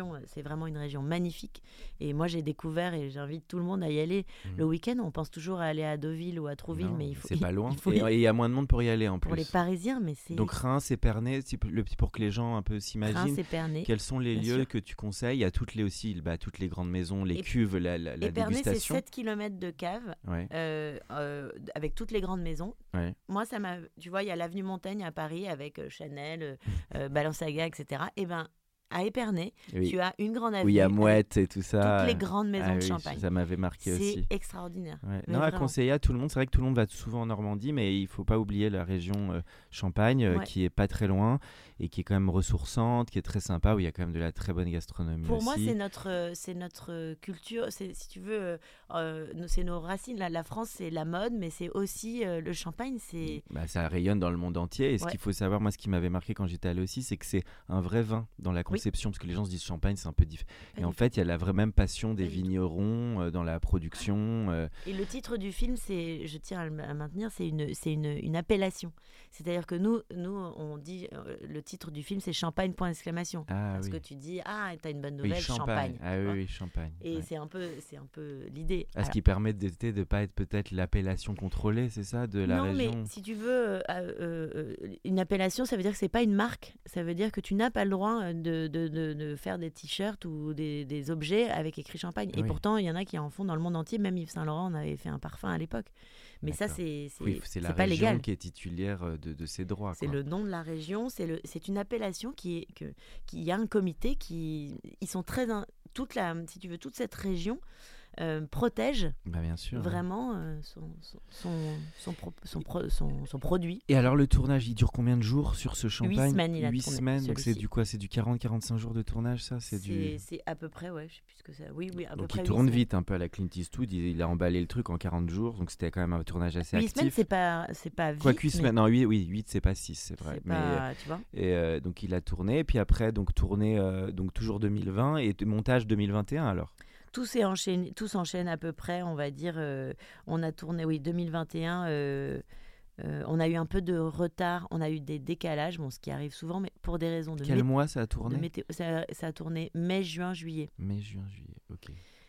vraiment une région magnifique. Et moi, j'ai découvert et j'invite tout le monde à y aller. Mmh. Le week-end, on pense toujours à aller à Deauville ou à Trouville, non, mais il faut. C'est pas loin. Il faut et il y a moins de monde pour y aller en plus. Pour les Parisiens, mais c'est. Donc Reims, Épernay, le pour que les gens un peu s'imaginent. Reims, Épernay. Quels sont les lieux sûr. que tu conseilles? Il y a toutes les aussi, bah, toutes les grandes maisons, les et cuves, la, la, la Épernay, dégustation. c'est sept kilomètres de cave, ouais. euh, euh, avec toutes les grandes maisons. Ouais. Moi, ça m'a. Tu vois, il y a l'avenue Montaigne à Paris avec euh, Chanel, euh, Balenciaga, et cetera. Et ben. À Épernay, oui. tu as une grande avenue. Oui, à Mouette et tout ça. Toutes les grandes maisons ah, de oui, Champagne. Ça m'avait marqué c'est aussi. C'est extraordinaire. Ouais. Non, à conseiller à tout le monde. C'est vrai que tout le monde va souvent en Normandie, mais il ne faut pas oublier la région euh, Champagne, euh, ouais. qui est pas très loin et qui est quand même ressourçante, qui est très sympa, où il y a quand même de la très bonne gastronomie. Pour aussi. moi, c'est notre, c'est notre culture. C'est, si tu veux, euh, c'est nos racines. La, la France, c'est la mode, mais c'est aussi euh, le Champagne. C'est... Bah, ça rayonne dans le monde entier. Et ce ouais. qu'il faut savoir, moi, ce qui m'avait marqué quand j'étais allé aussi, c'est que c'est un vrai vin dans la conception, oui. parce que les gens se disent Champagne, c'est un peu différent. Et du en fait, il y a la vraie même passion des vignerons euh, dans la production. Euh... Et le titre du film, c'est, je tiens à le à maintenir, c'est une, c'est une, une appellation. C'est-à-dire que nous, nous, on dit euh, le titre du film, c'est Champagne point d'exclamation. Ah, parce oui. que tu dis ah, t'as une bonne nouvelle, oui, Champagne. Champagne. Ah oui, oui, Champagne. Et ouais. c'est un peu, c'est un peu l'idée. Ah, ce qui permet de ne pas être peut-être l'appellation contrôlée, c'est ça, de la non, région. Non, mais si tu veux, euh, euh, une appellation, ça veut dire que c'est pas une marque. Ça veut dire que tu n'as pas le droit de, de, de, de faire des t-shirts ou des, des objets avec écrit Champagne. Et oui. pourtant, il y en a qui en font dans le monde entier. Même Yves Saint Laurent en avait fait un parfum à l'époque. Mais D'accord. ça, c'est, c'est, oui, c'est, c'est la pas région légal. Qui est titulaire de, de ses droits. C'est quoi. le nom de la région. C'est, le, c'est une appellation qui est que qui y a un comité qui ils sont très toute la si tu veux toute cette région. Euh, protège bah bien sûr, vraiment ouais. euh, son, son, son, son, pro, son, pro, son, son produit. Et alors le tournage, il dure combien de jours sur ce Champagne? Huit semaines, il a Huit tourné, semaines, donc c'est du quoi? C'est du quarante à quarante-cinq jours de tournage, ça c'est, c'est, du... c'est à peu près, ouais, je sais plus ce que c'est. Oui, oui, à donc peu près. Donc il tourne vite, un peu à la Clint Eastwood, il, il a emballé le truc en quarante jours, donc c'était quand même un tournage assez huit actif. huit semaines, c'est pas, c'est pas vite. Quoi, huit semaines, non, huit, oui, huit c'est pas six, c'est vrai. C'est mais, pas, tu vois. Et euh, donc il a tourné, et puis après, donc tourné, euh, donc toujours deux mille vingt, et montage deux mille vingt et un alors. Tout, s'est enchaîné, tout s'enchaîne à peu près, on va dire. Euh, on a tourné, oui, deux mille vingt et un. Euh, euh, on a eu un peu de retard, on a eu des décalages, bon, ce qui arrive souvent, mais pour des raisons de. Quel mé- mois ça a tourné? météo, ça, ça a tourné mai, juin, juillet. Mai, juin, juillet, ok.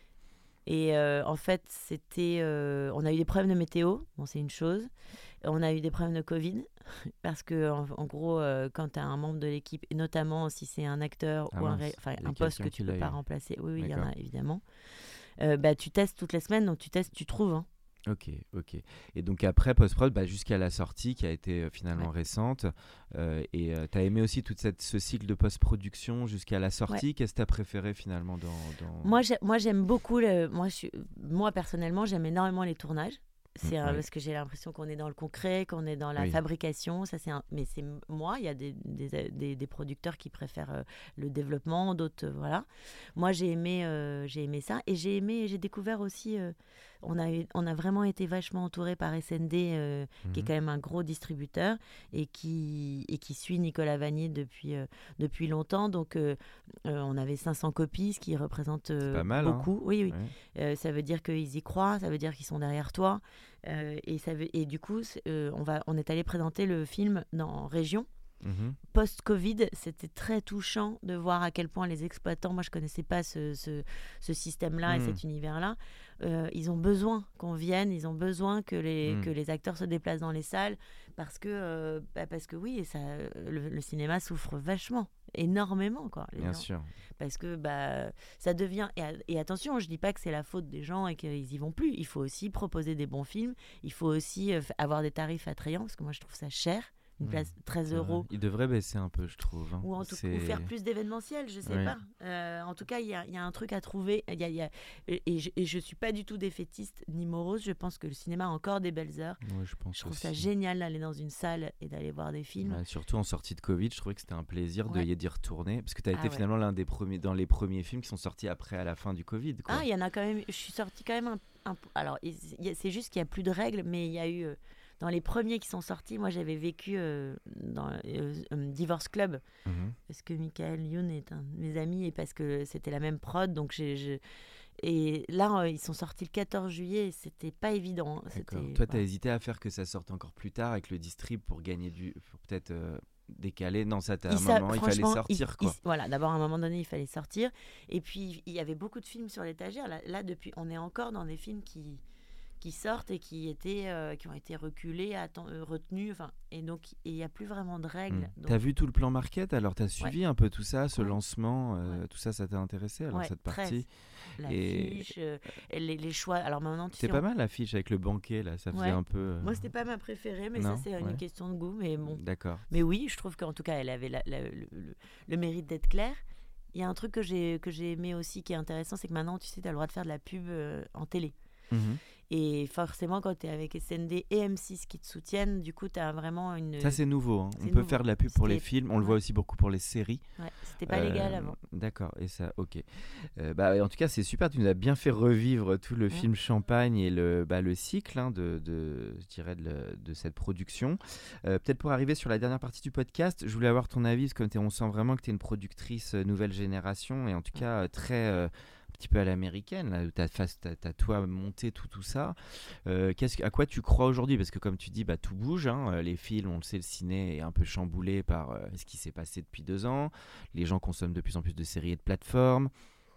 Et euh, en fait, c'était, euh, on a eu des problèmes de météo, bon, c'est une chose. On a eu des problèmes de Covid, parce que en, en gros, euh, quand tu as un membre de l'équipe, et notamment si c'est un acteur ah ou un, mince, ré... enfin, un poste que tu ne peux pas eu. remplacer, oui, oui, il y en a évidemment, euh, bah, tu testes toutes les semaines, donc tu testes, tu trouves. Hein. Ok, ok. Et donc après post-prod, bah, jusqu'à la sortie qui a été euh, finalement ouais. récente. Euh, et euh, tu as aimé aussi tout cette, ce cycle de post-production jusqu'à la sortie. Ouais. Qu'est-ce que tu as préféré finalement dans, dans... Moi, j'ai, moi, j'aime beaucoup, le, moi, je suis, moi personnellement, j'aime énormément les tournages. C'est un, ouais. parce que j'ai l'impression qu'on est dans le concret, qu'on est dans la oui. fabrication. Ça, c'est un, mais c'est moi, il y a des, des, des, des producteurs qui préfèrent euh, le développement, d'autres, euh, voilà. Moi, j'ai aimé, euh, j'ai aimé ça. Et j'ai aimé, j'ai découvert aussi, euh, on, a, on a vraiment été vachement entouré par S N D, euh, mm-hmm. qui est quand même un gros distributeur et qui, et qui suit Nicolas Vanier depuis, euh, depuis longtemps. Donc, euh, euh, on avait cinq cents copies, ce qui représente euh, pas mal, beaucoup. Hein. Oui, oui. Ouais. Euh, ça veut dire qu'ils y croient, ça veut dire qu'ils sont derrière toi. Euh, et, ça veut, et du coup, euh, on, va, on est allé présenter le film dans, en région. Mmh. Post-Covid, c'était très touchant de voir à quel point les exploitants, moi je ne connaissais pas ce, ce, ce système-là mmh. et cet univers-là, euh, ils ont besoin qu'on vienne, ils ont besoin que les, mmh. que les acteurs se déplacent dans les salles parce que, euh, bah parce que oui, ça, le, le cinéma souffre vachement, énormément. Quoi, les Bien gens. sûr. Parce que bah, ça devient... Et, et attention, je ne dis pas que c'est la faute des gens et qu'ils n'y vont plus. Il faut aussi proposer des bons films. Il faut aussi euh, avoir des tarifs attrayants parce que moi, je trouve ça cher. Une place mmh, treize euros. Il devrait baisser un peu, je trouve. Hein. Ou, en tout, ou faire plus d'événementiel, je ne sais ouais. pas. Euh, en tout cas, il y, y a un truc à trouver. Y a, y a, et, et je ne suis pas du tout défaitiste ni morose. Je pense que le cinéma a encore des belles heures. Ouais, je pense je trouve aussi. ça génial d'aller dans une salle et d'aller voir des films. Ouais, surtout en sortie de Covid, je trouvais que c'était un plaisir ouais. de y d'y retourner. Parce que tu as ah, été ouais. finalement l'un des premiers, dans les premiers films qui sont sortis après, à la fin du Covid. Quoi. Ah, il y en a quand même. Je suis sortie quand même un. un alors, y a, c'est juste qu'il n'y a plus de règles, mais il y a eu. Euh, Dans les premiers qui sont sortis, moi j'avais vécu euh, dans euh, um, Divorce Club mmh. parce que Michael Youn est un de mes amis et parce que c'était la même prod. Donc j'ai, j'ai... Et là, euh, ils sont sortis le quatorze juillet et c'était pas évident. C'était... Toi, tu as ouais. hésité à faire que ça sorte encore plus tard avec le distrib pour gagner du. Pour peut-être. Euh... décalé. Non, ça, t'as un Il sa- moment, il fallait franchement, sortir, il- quoi. il- voilà, d'abord, à un moment donné, il fallait sortir. Et puis, il y avait beaucoup de films sur l'étagère. Là, là, depuis, on est encore dans des films qui, qui sortent et qui, étaient, euh, qui ont été reculés, atten- euh, retenus. Enfin, et donc, il n'y a plus vraiment de règles. Mm. Donc, T'as vu tout le plan market, alors t'as suivi un peu tout ça, ce Ouais. lancement, euh, Ouais. tout ça, ça t'a intéressé, alors ouais, cette très. partie L'affiche, euh, et les, les choix. Alors maintenant, tu C'était sais, pas on- mal l'affiche avec le banquet, là, ça faisait Ouais. un peu... euh, Moi, c'était pas ma préférée, mais Non, ça, c'est une ouais. question de goût. Mais bon. D'accord. Mais oui, je trouve qu'en tout cas, elle avait la- la- le, le- le mérite d'être claire. Il y a un truc que j'ai, que j'ai aimé aussi qui est intéressant, c'est que maintenant, tu sais, tu as le droit de faire de la pub euh, en télé. Mhm. Et forcément, quand tu es avec S N D et M six qui te soutiennent, du coup, tu as vraiment une. Ça, c'est nouveau. Hein. On c'est peut nouveau. faire de la pub pour les C'était- films. On le ouais. voit aussi beaucoup pour les séries. Ouais, c'était pas Euh, légal avant. D'accord. Et ça, ok. Euh, bah, en tout cas, c'est super. Tu nous as bien fait revivre tout le Ouais. film Champagne et le, bah, le cycle hein, de, de, je dirais de, le- de cette production. Euh, peut-être pour arriver sur la dernière partie du podcast, je voulais avoir ton avis parce que t'es- on sent vraiment que tu es une productrice euh, nouvelle génération et en tout cas euh, très euh, un petit peu à l'américaine, là, où tu as toi monté tout, tout ça. Euh, qu'est-ce, à quoi tu crois aujourd'hui? Parce que comme tu dis, bah, tout bouge. Hein. Les films, on le sait, le ciné est un peu chamboulé par euh, ce qui s'est passé depuis deux ans. Les gens consomment de plus en plus de séries et de plateformes.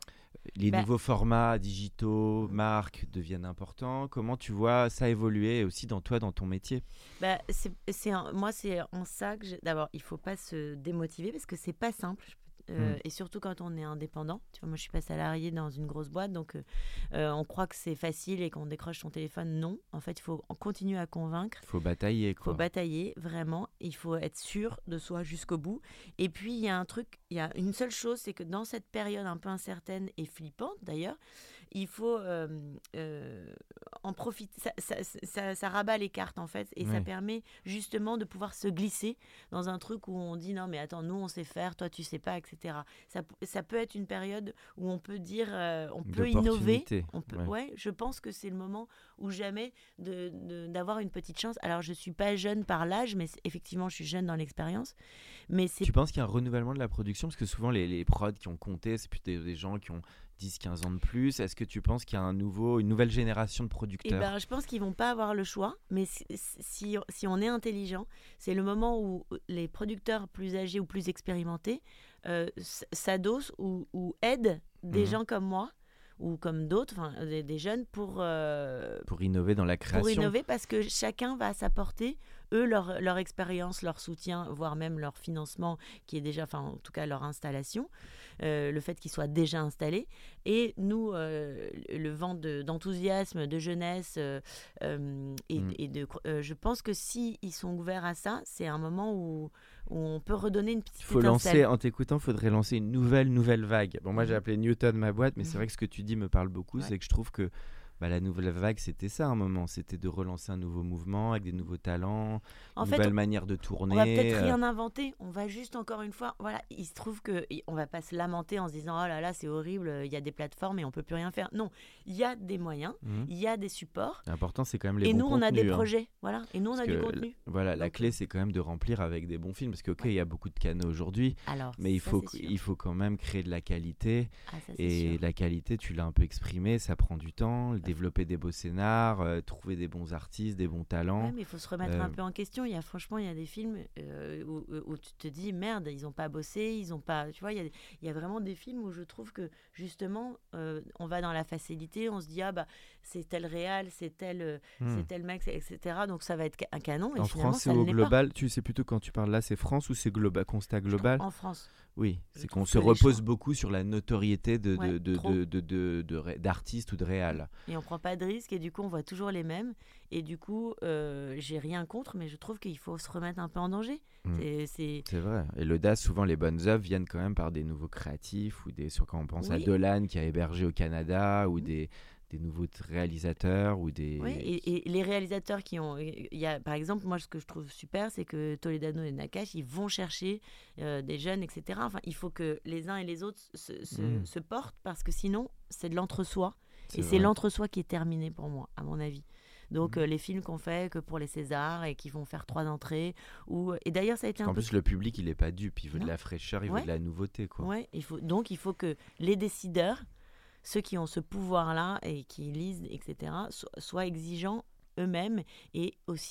Les Bah, nouveaux formats digitaux, marques deviennent importants. Comment tu vois ça évoluer aussi dans toi, dans ton métier? Bah, c'est, c'est un- moi, c'est en ça que j'ai- d'abord, il faut pas se démotiver parce que c'est pas simple. Euh, Mm. Et surtout quand on est indépendant. Tu vois, moi, je suis pas salariée dans une grosse boîte, donc euh, euh, on croit que c'est facile et qu'on décroche son téléphone. Non, en fait, il faut continuer à convaincre. Il faut batailler, Il quoi. faut batailler, vraiment. Il faut être sûr de soi jusqu'au bout. Et puis, il y a un truc, il y a une seule chose, c'est que dans cette période un peu incertaine et flippante, d'ailleurs, il faut euh, euh, en profiter. Ça, ça, ça, ça rabat les cartes, en fait. Et ça Ouais. permet justement de pouvoir se glisser dans un truc où on dit non, mais attends, nous, on sait faire, toi, tu sais pas, et cetera. Ça, p- ça peut être une période où on peut dire, euh, on peut innover. D'opportunité, On peut, ouais. ouais, je pense que c'est le moment ou jamais de, de- d'avoir une petite chance. Alors, je suis pas jeune par l'âge, mais c'est- effectivement, je suis jeune dans l'expérience. Mais c'est Tu penses qu'il y a un renouvellement de la production? Parce que souvent, les, les prods qui ont compté, c'est plutôt des, des gens qui ont dix quinze ans de plus. Est-ce que tu penses qu'il y a un nouveau, une nouvelle génération de Eh producteurs? ben, je pense qu'ils vont pas avoir le choix, mais si, si, si on est intelligent, c'est le moment où les producteurs plus âgés ou plus expérimentés euh, s- s'adossent ou, ou aident des Mhm. gens comme moi ou comme d'autres, enfin, des, des jeunes, pour, euh, Pour innover dans la création. pour innover, parce que chacun va s'apporter, eux, leur, leur expérience, leur soutien, voire même leur financement, qui est déjà, enfin, en tout cas, leur installation, euh, le fait qu'ils soient déjà installés. Et nous, euh, le vent de- d'enthousiasme, de jeunesse, euh, euh, et, Mm. et de, euh, je pense que si ils sont ouverts à ça, c'est un moment où, où on peut redonner une petite Il faut étincelle. lancer, en t'écoutant, il faudrait lancer une nouvelle, nouvelle vague. Bon, moi, j'ai Mhm. appelé Newton ma boîte, mais c'est Mhm. vrai que ce que tu dis me parle beaucoup. Ouais. C'est que je trouve que bah, la nouvelle vague, c'était ça, un moment. C'était de relancer un nouveau mouvement avec des nouveaux talents, En une fait, nouvelle on- manière de tourner. On va peut-être euh, rien inventer, on va juste encore une fois, voilà, il se trouve que y- on va pas se lamenter en se disant oh là là c'est horrible, il y a des plateformes et on peut plus rien faire. Non, il y a des moyens, mhm. il y a des supports L'important, c'est quand même les et bons nous on a des contenus, hein. projets, voilà, et nous on Parce a du que contenu. Voilà, la Donc, clé, euh, c'est quand même de remplir avec des bons films. Parce que, ok, Ouais. il y a beaucoup de canaux aujourd'hui, Alors, mais il ça, faut, c'est sûr. il faut quand même créer de la qualité. Ah, ça, c'est Et sûr. la qualité, tu l'as un peu exprimé, ça prend du temps. Développer des beaux scénars, euh, trouver des bons artistes, des bons talents. Ouais, mais il faut se remettre Euh, un peu en question. Il y a franchement, il y a des films euh, où, où tu te dis merde, ils ont pas bossé, ils ont pas. Tu vois, il y a, il y a vraiment des films où je trouve que justement, euh, on va dans la facilité, on se dit ah bah c'est tel réal, c'est tel, euh, Hmm. c'est tel mec, et cetera. Donc ça va être ca- un canon. Et En finalement, France, ça c'est ne au l'est global. Tu sais plutôt quand tu parles là, c'est France ou c'est global, constat pas. Je global? trouve En France. Oui, je c'est trouve qu'on que se les repose gens- beaucoup sur la notoriété de, de, Ouais, de, trop. de, de, de- de ré- d'artistes ou de réals. Et on prend pas de risques et du coup on voit toujours les mêmes et du coup euh, j'ai rien contre mais je trouve qu'il faut se remettre un peu en danger. Mm. C'est, c'est... C'est vrai. Et l'audace, souvent les bonnes œuvres viennent quand même par des nouveaux créatifs ou des, sur quand on pense à Oui. Dolan qui a hébergé au Canada ou Mm. des, des nouveaux t- réalisateurs ou des. Ouais, et, et les réalisateurs qui ont, il y a par exemple moi ce que je trouve super c'est que Toledano et Nakash ils vont chercher euh, des jeunes et cetera. Enfin il faut que les uns et les autres se, se, Mm. se portent parce que sinon c'est de l'entre-soi C'est et c'est vrai. l'entre-soi qui est terminé pour moi à mon avis. Donc Mm. euh, les films qu'on fait que pour les Césars et qui vont faire trois entrées ou et d'ailleurs ça a été un En peu plus, le public, il est pas dupe. Il veut de Non. la fraîcheur, il Ouais. veut de la nouveauté, quoi. Ouais, il faut, donc il faut que les décideurs, ceux qui ont ce pouvoir-là et qui lisent, et cetera, so- soient exigeants eux-mêmes et aussi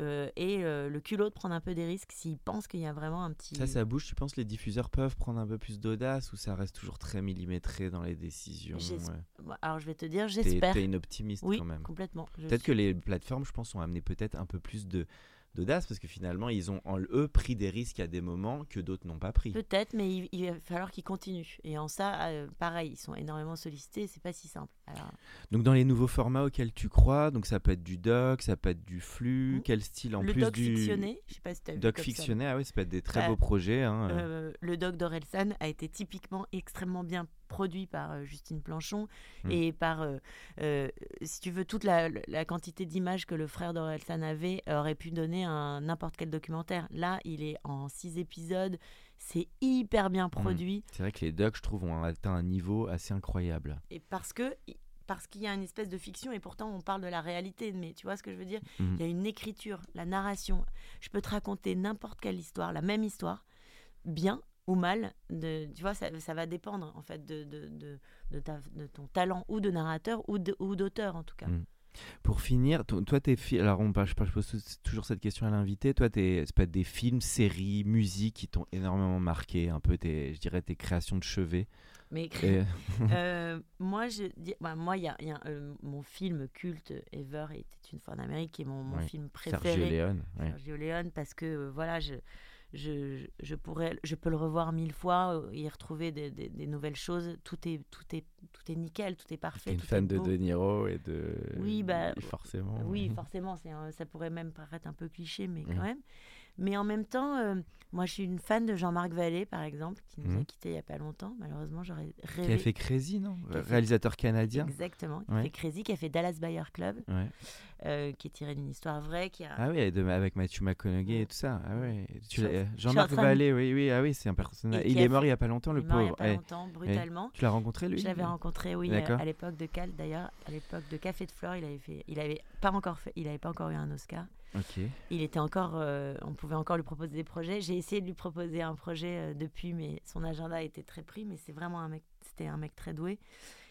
euh, aient euh, le culot de prendre un peu des risques s'ils pensent qu'il y a vraiment un petit... Ça, ça bouge. Tu penses que les diffuseurs peuvent prendre un peu plus d'audace ou ça reste toujours très millimétré dans les décisions? ouais. Alors, je vais te dire, T'es, j'espère. t'es une optimiste oui, quand même. complètement. Je Peut-être suis... que les plateformes, je pense, ont amené peut-être un peu plus de... d'audace parce que finalement ils ont en eux pris des risques à des moments que d'autres n'ont pas pris. Peut-être, mais il, il va falloir qu'ils continuent. Et en ça, euh, pareil, ils sont énormément sollicités, c'est pas si simple. Alors... Donc dans les nouveaux formats auxquels tu crois, donc ça peut être du doc, ça peut être du flux, mmh. quel style en le plus doc du fictionné, je sais pas si tu as vu doc comme fictionné, ça. Ah oui, ça peut être des très bah, beaux projets. Hein. Euh, le doc d'Orelsan a été typiquement extrêmement bien produit par euh, Justine Planchon mmh. et par, euh, euh, si tu veux, toute la, la quantité d'images que le frère d'Orelsan avait aurait pu donner un n'importe quel documentaire. Là, il est en six épisodes, c'est hyper bien produit. Mmh. C'est vrai que les docs, je trouve, ont atteint un niveau assez incroyable. Et parce que parce qu'il y a une espèce de fiction et pourtant on parle de la réalité, mais tu vois ce que je veux dire ? Mmh. Il y a une écriture, la narration. Je peux te raconter n'importe quelle histoire, la même histoire, bien ou mal, de, tu vois, ça, ça va dépendre en fait de, de, de, de, ta, de ton talent ou de narrateur ou, de, ou d'auteur en tout cas. Mmh. Pour finir, to- toi, t'es fi- alors on, je, je pose toujours cette question à l'invité. Toi, t'es, c'est peut-être des films, séries, musiques qui t'ont énormément marqué, un peu tes, je dirais tes créations de chevet. Mais Et... euh, moi, je, bah, moi, il y a, y a euh, mon film culte Ever était une fois en Amérique, qui est mon, mon ouais. film préféré. Sergio Leone. Ouais. Sergio Leone, parce que euh, voilà, je Je, je, pourrais, je peux le revoir mille fois, y retrouver des, des, des nouvelles choses. Tout est, tout, est, tout est nickel, tout est parfait. T'es une tout fan est de beau. De Niro et de... Oui, bah, et forcément. Oui, forcément. C'est un, ça pourrait même paraître un peu cliché, mais quand mmh. même. Mais en même temps, euh, moi, je suis une fan de Jean-Marc Vallée, par exemple, qui nous mmh. a quittés il n'y a pas longtemps. Malheureusement, j'aurais rêvé. Qui a fait Crazy, non fait... Réalisateur canadien. Exactement. Qui ouais. a fait Crazy, qui a fait Dallas Buyer Club, ouais. euh, qui est tiré d'une histoire vraie. Qui a... Ah oui, de, avec Matthew McConaughey et tout ça. Ah ouais. Tu je, Jean-Marc de... Vallée, oui, oui, ah oui, c'est un personnage. Il est mort fait... il n'y a pas longtemps, le il pauvre. Il est mort il n'y a pas eh. longtemps, brutalement. Eh. Tu l'as rencontré, lui ? Je l'avais rencontré, oui, euh, à l'époque de Cal, d'ailleurs, à l'époque de Café de Flore. Il avait fait, il avait pas encore fait, il avait pas encore eu un Oscar. Ok. Il était encore, euh, on pouvait encore lui proposer des projets. J'ai essayé de lui proposer un projet euh, depuis, mais son agenda était très pris. Mais c'est vraiment un mec, c'était un mec très doué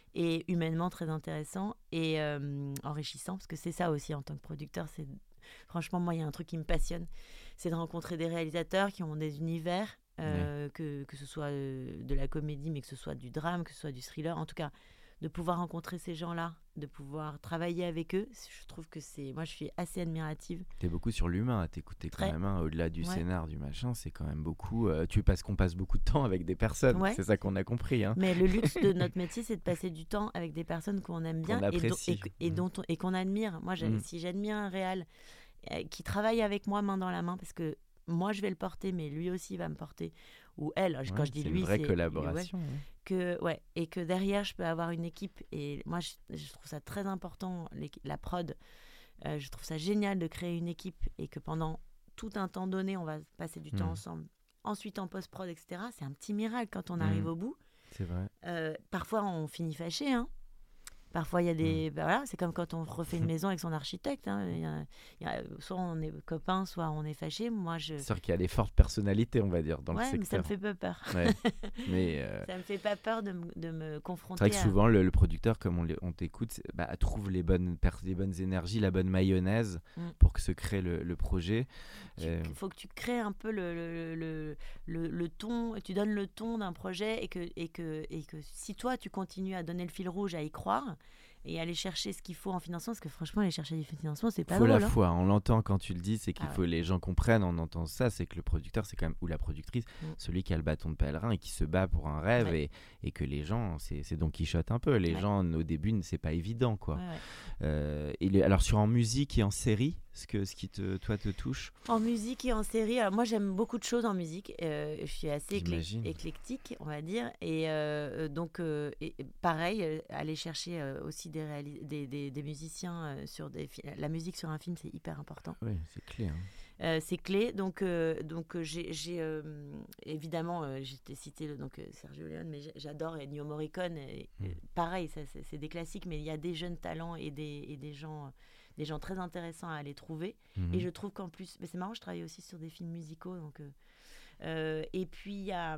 et humainement très intéressant et euh, enrichissant, parce que c'est ça aussi en tant que producteur. C'est franchement, moi, il y a un truc qui me passionne, c'est de rencontrer des réalisateurs qui ont des univers, euh, mmh. que que ce soit euh, de la comédie, mais que ce soit du drame, que ce soit du thriller, en tout cas. De pouvoir rencontrer ces gens-là, de pouvoir travailler avec eux, je trouve que c'est... Moi, je suis assez admirative. T'es beaucoup sur l'humain à t'écouter quand Très. même, hein, au-delà du ouais. scénar, du machin, c'est quand même beaucoup... Euh, tu, parce qu'on passe beaucoup de temps avec des personnes, ouais. c'est ça qu'on a compris. Hein. Mais le luxe de notre métier, c'est de passer du temps avec des personnes qu'on aime bien qu'on et, do- et, et, mmh. dont on, et qu'on admire. Moi, mmh. si j'admire un réal euh, qui travaille avec moi main dans la main, parce que moi, je vais le porter, mais lui aussi va me porter... ou elle, ouais, quand je dis c'est lui, une vraie c'est collaboration. Ouais, ouais. Que, ouais, et que derrière, je peux avoir une équipe. Et moi, je, je trouve ça très important, la prod. Euh, je trouve ça génial de créer une équipe et que pendant tout un temps donné, on va passer du mmh. temps ensemble. Ensuite, en post-prod, et cetera, c'est un petit miracle quand on mmh. arrive au bout. C'est vrai. Euh, parfois, on finit fâché, hein. Parfois, il y a des... Mmh. Bah voilà, c'est comme quand on refait une maison avec son architecte. Hein. Il y a, il y a, soit on est copains, soit on est fâchés. Moi, je... C'est sûr qu'il y a des fortes personnalités, on va dire, dans ouais, le secteur. mais ça me fait pas peur. Ouais. mais euh... Ça me fait pas peur de, m- de me confronter C'est vrai que à... souvent, le, le producteur, comme on, on t'écoute, bah, trouve les bonnes, pers- les bonnes énergies, la bonne mayonnaise mmh. pour que se crée le, le projet. Il euh... faut que tu crées un peu le, le, le, le, le ton, tu donnes le ton d'un projet et que, et, que, et que si toi, tu continues à donner le fil rouge, à y croire... et aller chercher ce qu'il faut en financement, parce que franchement, aller chercher du financement, c'est pas faut drôle. La hein. foi, on l'entend quand tu le dis, c'est qu'il ah faut ouais. les gens comprennent, on entend ça, c'est que le producteur, c'est quand même, ou la productrice, mm. celui qui a le bâton de pèlerin et qui se bat pour un rêve, ouais. et, et que les gens, c'est, c'est Don Quichotte un peu, les ouais. gens, au début, c'est pas évident, quoi. Ouais, ouais. Euh, et les, alors, sur en musique et en série, ce, que, ce qui, te, toi, te touche En musique et en série, alors moi, j'aime beaucoup de choses en musique, euh, je suis assez éclé- éclectique, on va dire, et euh, donc, euh, et, pareil, euh, aller chercher euh, aussi des, réalis- des, des, des musiciens euh, sur des fi- la musique sur un film, c'est hyper important. Oui, c'est clé. Hein. Euh, c'est clé, donc, euh, donc j'ai, j'ai euh, évidemment, euh, j'ai cité donc, euh, Sergio Leone, mais j'adore Ennio Morricone, et, mm. euh, pareil, ça, c'est, c'est des classiques, mais il y a des jeunes talents et des, et des gens... Euh, des gens très intéressants à aller trouver. Mmh. Et je trouve qu'en plus... Mais c'est marrant, je travaille aussi sur des films musicaux. Donc, euh, euh, et puis, il y a,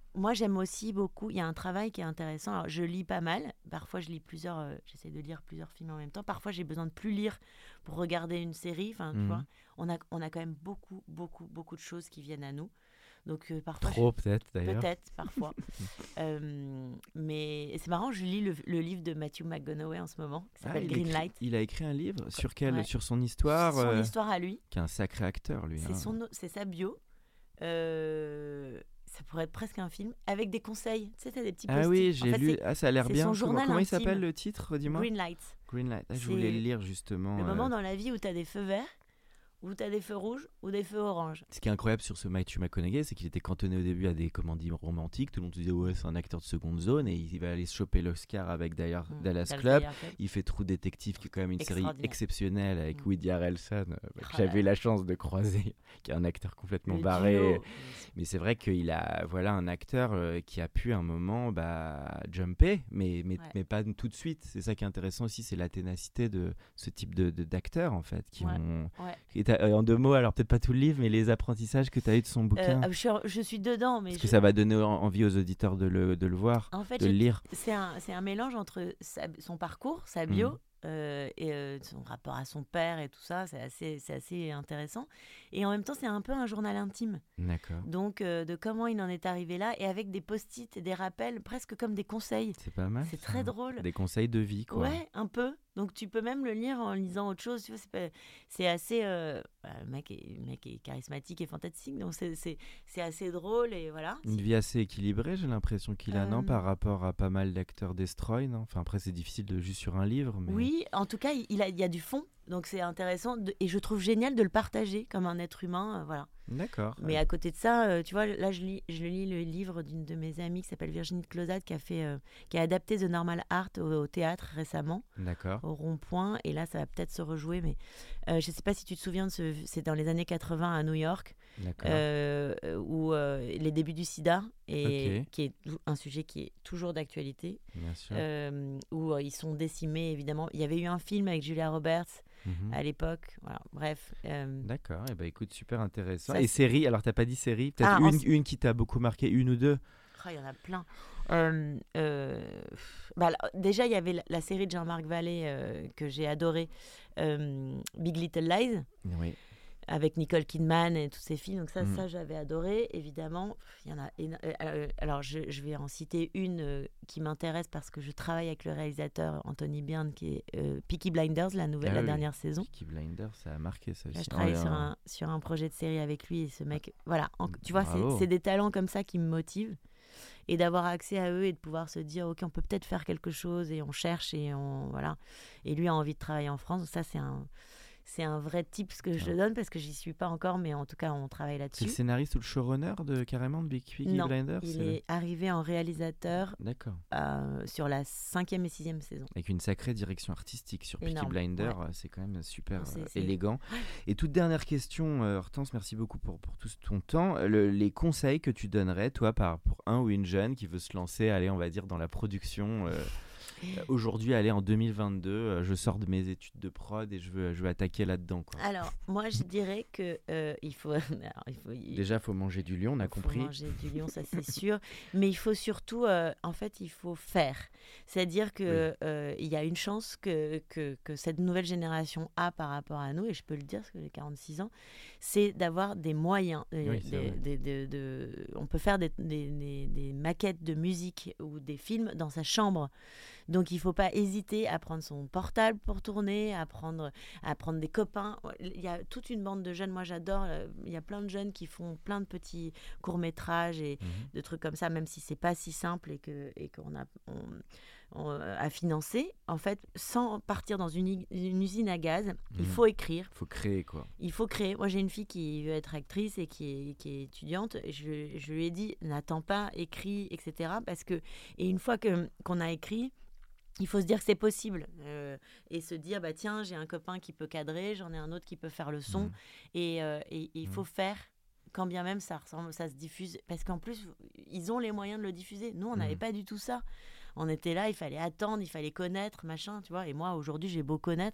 moi, j'aime aussi beaucoup. Il y a un travail qui est intéressant. Alors, je lis pas mal. Parfois, je lis plusieurs. Euh, j'essaie de lire plusieurs films en même temps. Parfois, j'ai besoin de plus lire pour regarder une série. Enfin, tu Mhm. vois, on a, on a quand même beaucoup, beaucoup, beaucoup de choses qui viennent à nous. Donc, euh, parfois, Trop je- peut-être d'ailleurs. peut-être, parfois. Euh, mais c'est marrant. Je lis le, le livre de Matthew McConaughey en ce moment, qui Ah, s'appelle il, Green écrit- Light. il a écrit un livre sur quel, Ouais. sur son histoire, Son euh, histoire à lui. qui est un sacré acteur lui. C'est hein. son, c'est sa bio. Euh, ça pourrait être presque un film avec des conseils. Tu sais, t'as des petits Ah post-it. oui, En j'ai fait, lu. c'est Ah, ça a l'air c'est bien. son Comment, journal comment il intime. s'appelle le titre, dis-moi. Green Light. Green Light. Ah, je C'est voulais le lire justement. Le euh, moment dans la vie où tu as des feux verts, où tu as des feux rouges ou des feux oranges. Ce qui est incroyable sur ce Matthew McConaughey, c'est qu'il était cantonné au début à des comédies romantiques. Tout le monde se disait ouais, c'est un acteur de seconde zone et il va aller se choper l'Oscar avec d'ailleurs Mm, Dallas Dallas Club. Club. Il fait True Detective, qui est quand même une série Extraordinaire. exceptionnelle avec Mm. Woody Harrelson, euh, que Oh là j'avais eu là. la chance de croiser, qui est un acteur complètement Le barré. duo. Mais c'est vrai qu'il a, voilà, un acteur euh, qui a pu à un moment bah, jumper, mais, mais, Ouais. mais pas tout de suite. C'est ça qui est intéressant aussi, c'est la ténacité de ce type de, de- d'acteurs en fait, qui Ouais. ont. Ouais. Et t'as- euh, en deux mots, alors peut-être pas tout le livre, mais les apprentissages que tu as eu de son Euh, bouquin. ah, je, suis, je suis dedans, mais Parce je- que ça va donner en- envie aux auditeurs de le, de le voir, en fait, de le j'ai- lire. c'est un, c'est un mélange entre sa- son parcours, sa bio, Mhm. euh, et euh, son rapport à son père et tout ça. C'est assez, c'est assez intéressant. Et en même temps, c'est un peu un journal intime. D'accord. Donc, euh, de comment il en est arrivé là, et avec des post-it et des rappels, presque comme des conseils. C'est pas mal. C'est ça. très drôle. Des conseils de vie, quoi. Ouais, un peu. Donc tu peux même le lire en lisant autre chose. Tu vois, c'est, pas- c'est assez. euh, bah, le, mec est, le mec est charismatique et fantastique, donc c'est, c'est, c'est assez drôle et voilà. Une vie assez équilibrée, j'ai l'impression qu'il a, non, Euh, par rapport à pas mal d'acteurs Destroy, non. Enfin, après, c'est difficile de juste sur un livre, mais. Oui, en tout cas, il, a, il y a du fond, donc c'est intéressant de- et je trouve génial de le partager comme un être humain, euh, voilà. D'accord. Mais à côté de ça, euh, tu vois, là, je lis, je lis le livre d'une de mes amies qui s'appelle Virginie de Closade, qui a fait, euh, qui a adapté The Normal Art au, au théâtre récemment, D'accord. au Rond-Point, et là, ça va peut-être se rejouer, mais euh, je ne sais pas si tu te souviens de ce, c'est dans les années quatre-vingts à New York, D'accord. euh, où euh, les débuts du sida, et Ok. qui est tou- un sujet qui est toujours d'actualité, Bien sûr. euh, où euh, ils sont décimés, évidemment. Il y avait eu un film avec Julia Roberts Mhm. à l'époque, voilà, bref. euh, D'accord. Et bah écoute, super intéressant. Ça, Et c'est- série, alors t'as pas dit série, peut-être Ah, en une, s- une qui t'a beaucoup marqué, une ou deux. Ah, il y en a plein. Euh, euh, bah, alors, déjà, il y avait la, la série de Jean-Marc Vallée euh, que j'ai adorée, euh, Big Little Lies, Oui. avec Nicole Kidman et tous ces filles. Donc ça, Mm. ça j'avais adoré, évidemment. Il y en a éno- euh, euh, alors, je, je vais en citer une euh, qui m'intéresse parce que je travaille avec le réalisateur Anthony Byrne, qui est euh, Peaky Blinders, la, nouvelle, Ah la oui. dernière saison. Peaky Blinders, ça a marqué ça Là, aussi. je travaille Oh, sur, euh, un, sur un projet de série avec lui et ce mec, voilà, en- tu vois, c'est, Bravo. c'est des talents comme ça qui me motivent et d'avoir accès à eux et de pouvoir se dire, ok, on peut peut-être faire quelque chose et on cherche et on, voilà. Et lui a envie de travailler en France, donc ça c'est un, c'est un vrai tip ce que je Ah. donne parce que j'y suis pas encore, mais en tout cas on travaille C'est là-dessus. le scénariste ou le showrunner de carrément de Big Peaky Non, Blinders il c'est le- est arrivé en réalisateur D'accord. euh, sur la cinquième et sixième saison. Avec une sacrée direction artistique sur Peaky Énorme, Blinders, ouais. euh, c'est quand même super C'est- euh, c'est- élégant. Et toute dernière question, euh, Hortense, merci beaucoup pour, pour tout ton temps. Le- les conseils que tu donnerais, toi, par, pour un ou une jeune qui veut se lancer, aller, on va dire, dans la production euh, euh, aujourd'hui, aller en deux mille vingt-deux, euh, je sors de mes études de prod et je veux, je veux attaquer là-dedans, quoi. Alors moi je dirais que euh, il faut, alors, il faut il- Déjà, il faut manger du lion, on a Il faut compris. manger du lion, ça c'est sûr. Mais il faut surtout, euh, en fait, il faut faire. C'est-à-dire que euh, il y a une chance que, que, que cette nouvelle génération a par rapport à nous, et je peux le dire parce que j'ai quarante-six ans, c'est d'avoir des moyens. euh, Oui, c'est des- vrai. des- de- de- on peut faire des, des, des- des maquettes de musique ou des films dans sa chambre. Donc il ne faut pas hésiter à prendre son portable pour tourner, à prendre, à prendre des copains. Il y a toute une bande de jeunes, moi j'adore, euh, il y a plein de jeunes qui font plein de petits courts-métrages et Mhm. de trucs comme ça, même si c'est pas si simple et que et qu'on a on, on, euh, à financer. En fait, sans partir dans une, i- une usine à gaz, il Mhm. faut écrire, faut créer, quoi. il faut créer. Moi, j'ai une fille qui veut être actrice et qui est, qui est étudiante. Et je, je lui ai dit, n'attends pas, écris, et cetera. Parce que, et une fois que, qu'on a écrit, il faut se dire que c'est possible euh, et se dire, bah, tiens, j'ai un copain qui peut cadrer, j'en ai un autre qui peut faire le son. Mhm. Et, euh, et- et il Mhm. faut faire, quand bien même ça, ressemble, ça se diffuse. Parce qu'en plus, ils ont les moyens de le diffuser. Nous, on n'avait Mhm. pas du tout ça. On était là, il fallait attendre, il fallait connaître, machin, tu vois. Et moi, aujourd'hui, j'ai beau connaître,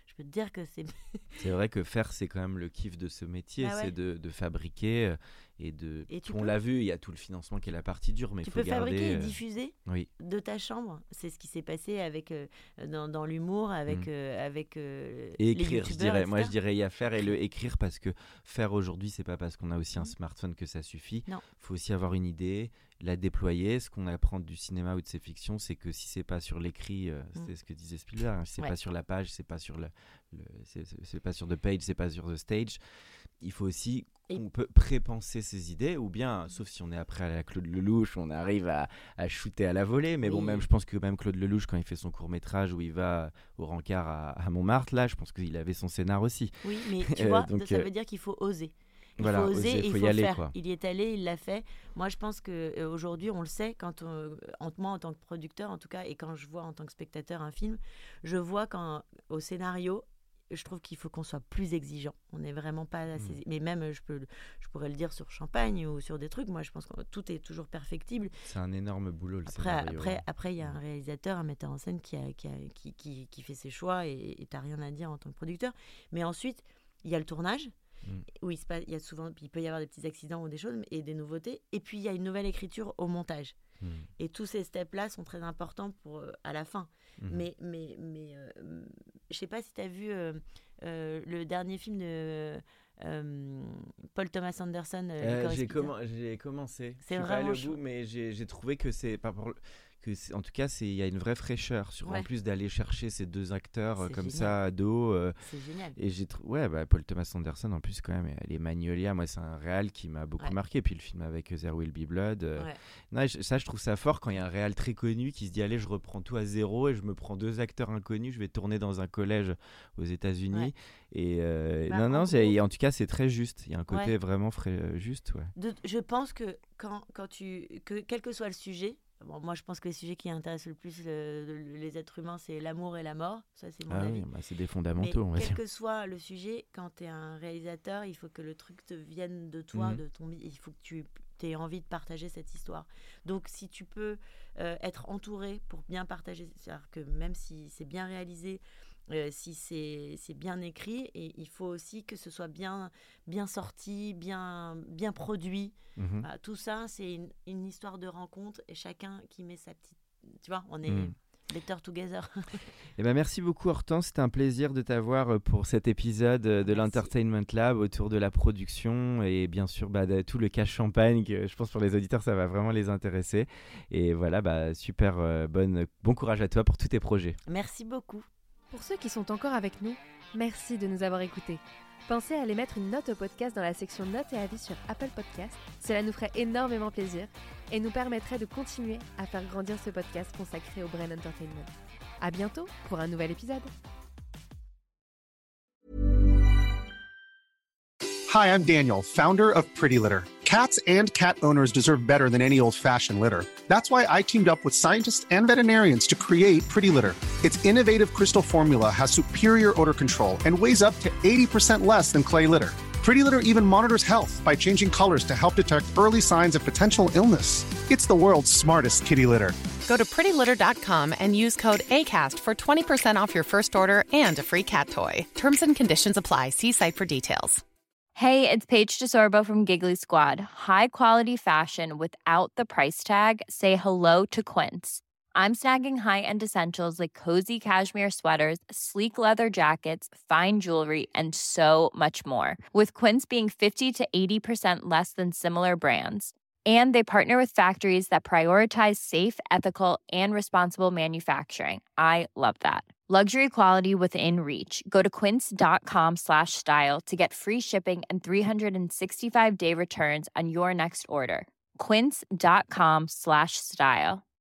je peux te dire que c'est... C'est vrai que faire, c'est quand même le kiff de ce métier, Ah ouais. c'est de, de fabriquer euh, et de... Et tu on peux- l'a vu, il y a tout le financement qui est la partie dure, mais il Tu faut peux garder... fabriquer et euh, diffuser Oui, de ta chambre. C'est ce qui s'est passé avec, euh, dans, dans l'humour, avec, Mm. euh, avec euh, et les écrire, je youtubeurs, dirais. Moi, je et cetera. dirais y a faire et le écrire parce que faire aujourd'hui, c'est pas parce qu'on a aussi un Mm. smartphone que ça suffit. Non. Il faut aussi avoir une idée, la déployer. Ce qu'on apprend du cinéma ou de ses fictions, c'est que si c'est pas sur l'écrit, euh, c'était Mm. ce que disait Spielberg, hein, si c'est Ouais. pas sur la page, c'est pas sur le, le- c'est, c'est- c'est pas sur the page, c'est pas sur the stage. Il faut aussi Et- qu'on peut prépenser ses idées, ou bien, sauf si on est après à la Claude Lelouch, on arrive à, à shooter à la volée. Mais bon, Oui. même, je pense que même Claude Lelouch, quand il fait son court métrage où il va au Rancard à, à Montmartre, là, je pense qu'il avait son scénar aussi. Oui, mais tu Euh, vois, donc, ça euh, veut dire qu'il faut oser. Il Voilà, faut oser oser, et il faut faut y aller, faire. quoi. Il y est allé, il l'a fait. Moi, je pense qu'aujourd'hui, on le sait, quand on- en- moi, en tant que producteur, en tout cas, et quand je vois en tant que spectateur un film, je vois qu'au scénario, je trouve qu'il faut qu'on soit plus exigeant. On n'est vraiment pas assez... Mm. Mais même, je, peux, je pourrais le dire sur Champagne ou sur des trucs. Moi, je pense que tout est toujours perfectible. C'est un énorme boulot, le Après, scénario. après, hein. après, il y a un réalisateur, un metteur en scène qui, a, qui, a- qui, qui, qui fait ses choix et tu n'as rien à dire en tant que producteur. Mais ensuite, il y a le tournage, Mm. où il, se passe, il, y a souvent, il peut y avoir des petits accidents ou des choses et des nouveautés. Et puis, il y a une nouvelle écriture au montage. Mm. Et tous ces steps-là sont très importants pour, euh, à la fin. Mhm. Mais, mais, mais euh, je ne sais pas si tu as vu euh, euh, le dernier film de euh, Paul Thomas Anderson. euh, Euh, Licorice j'ai, Pizza. commen- j'ai commencé. C'est Je suis pas allé vraiment au chou- bout, mais j'ai, j'ai trouvé que c'est pas pour le- que c'est- en tout cas c'est il y a une vraie fraîcheur sur Ouais. en plus d'aller chercher ces deux acteurs euh, C'est comme génial. ça à dos. euh, C'est génial. Et j'ai trou- ouais bah, Paul Thomas Anderson en plus quand même, les Magnolia, moi c'est un réal qui m'a beaucoup Ouais. marqué. Puis le film avec There Will Be Blood. euh, Ouais. non, je- ça je trouve ça fort quand il y a un réal très connu qui se dit allez je reprends tout à zéro et je me prends deux acteurs inconnus, je vais tourner dans un collège aux États-Unis. Ouais. Et euh, Bah, non en non, gros- c'est- en tout cas c'est très juste. Il y a un côté Ouais. vraiment frais, euh, juste ouais. De- je pense que quand, quand tu que quel que soit le sujet, bon, moi je pense que les sujets qui intéressent le plus le- le- les êtres humains, c'est l'amour et la mort. Ça, c'est mon Ah avis. oui, bah, c'est des Mais fondamentaux on va quel dire. que soit le sujet, quand tu es un réalisateur, il faut que le truc te vienne de toi, Mhm. de ton, il faut que tu aies envie de partager cette histoire. Donc si tu peux euh, être entouré pour bien partager, c'est-à-dire que même si c'est bien réalisé, euh, si c'est c'est bien écrit, et il faut aussi que ce soit bien, bien sorti, bien, bien produit. Mhm. Voilà, tout ça, c'est une, une histoire de rencontre et chacun qui met sa petite... Tu vois, on est Mm. better together. Eh ben, merci beaucoup Hortense, c'était un plaisir de t'avoir euh, pour cet épisode euh, de Merci. l'Entertainment Lab autour de la production et bien sûr bah, de tout le cache champagne que je pense pour les auditeurs ça va vraiment les intéresser. Et voilà, bah, super euh, bonne, bon courage à toi pour tous tes projets. Merci beaucoup. Pour ceux qui sont encore avec nous, merci de nous avoir écoutés. Pensez à aller mettre une note au podcast dans la section notes et avis sur Apple Podcast. Cela nous ferait énormément plaisir et nous permettrait de continuer à faire grandir ce podcast consacré au Brain Entertainment. À bientôt pour un nouvel épisode. Hi, I'm Daniel, founder of Pretty Litter. Cats and cat owners deserve better than any old-fashioned litter. That's why I teamed up with scientists and veterinarians to create Pretty Litter. Its innovative crystal formula has superior odor control and weighs up to eighty percent less than clay litter. Pretty Litter even monitors health by changing colors to help detect early signs of potential illness. It's the world's smartest kitty litter. Go to pretty litter dot com and use code ACAST for twenty percent off your first order and a free cat toy. Terms and conditions apply. See site for details. Hey, it's Paige DeSorbo from Giggly Squad. High quality fashion without the price tag. Say hello to Quince. I'm snagging high-end essentials like cozy cashmere sweaters, sleek leather jackets, fine jewelry, and so much more. With Quince being fifty to eighty percent less than similar brands. And they partner with factories that prioritize safe, ethical, and responsible manufacturing. I love that. Luxury quality within reach. Go to quince.com slash style to get free shipping and three sixty-five day returns on your next order. Quince.com slash style.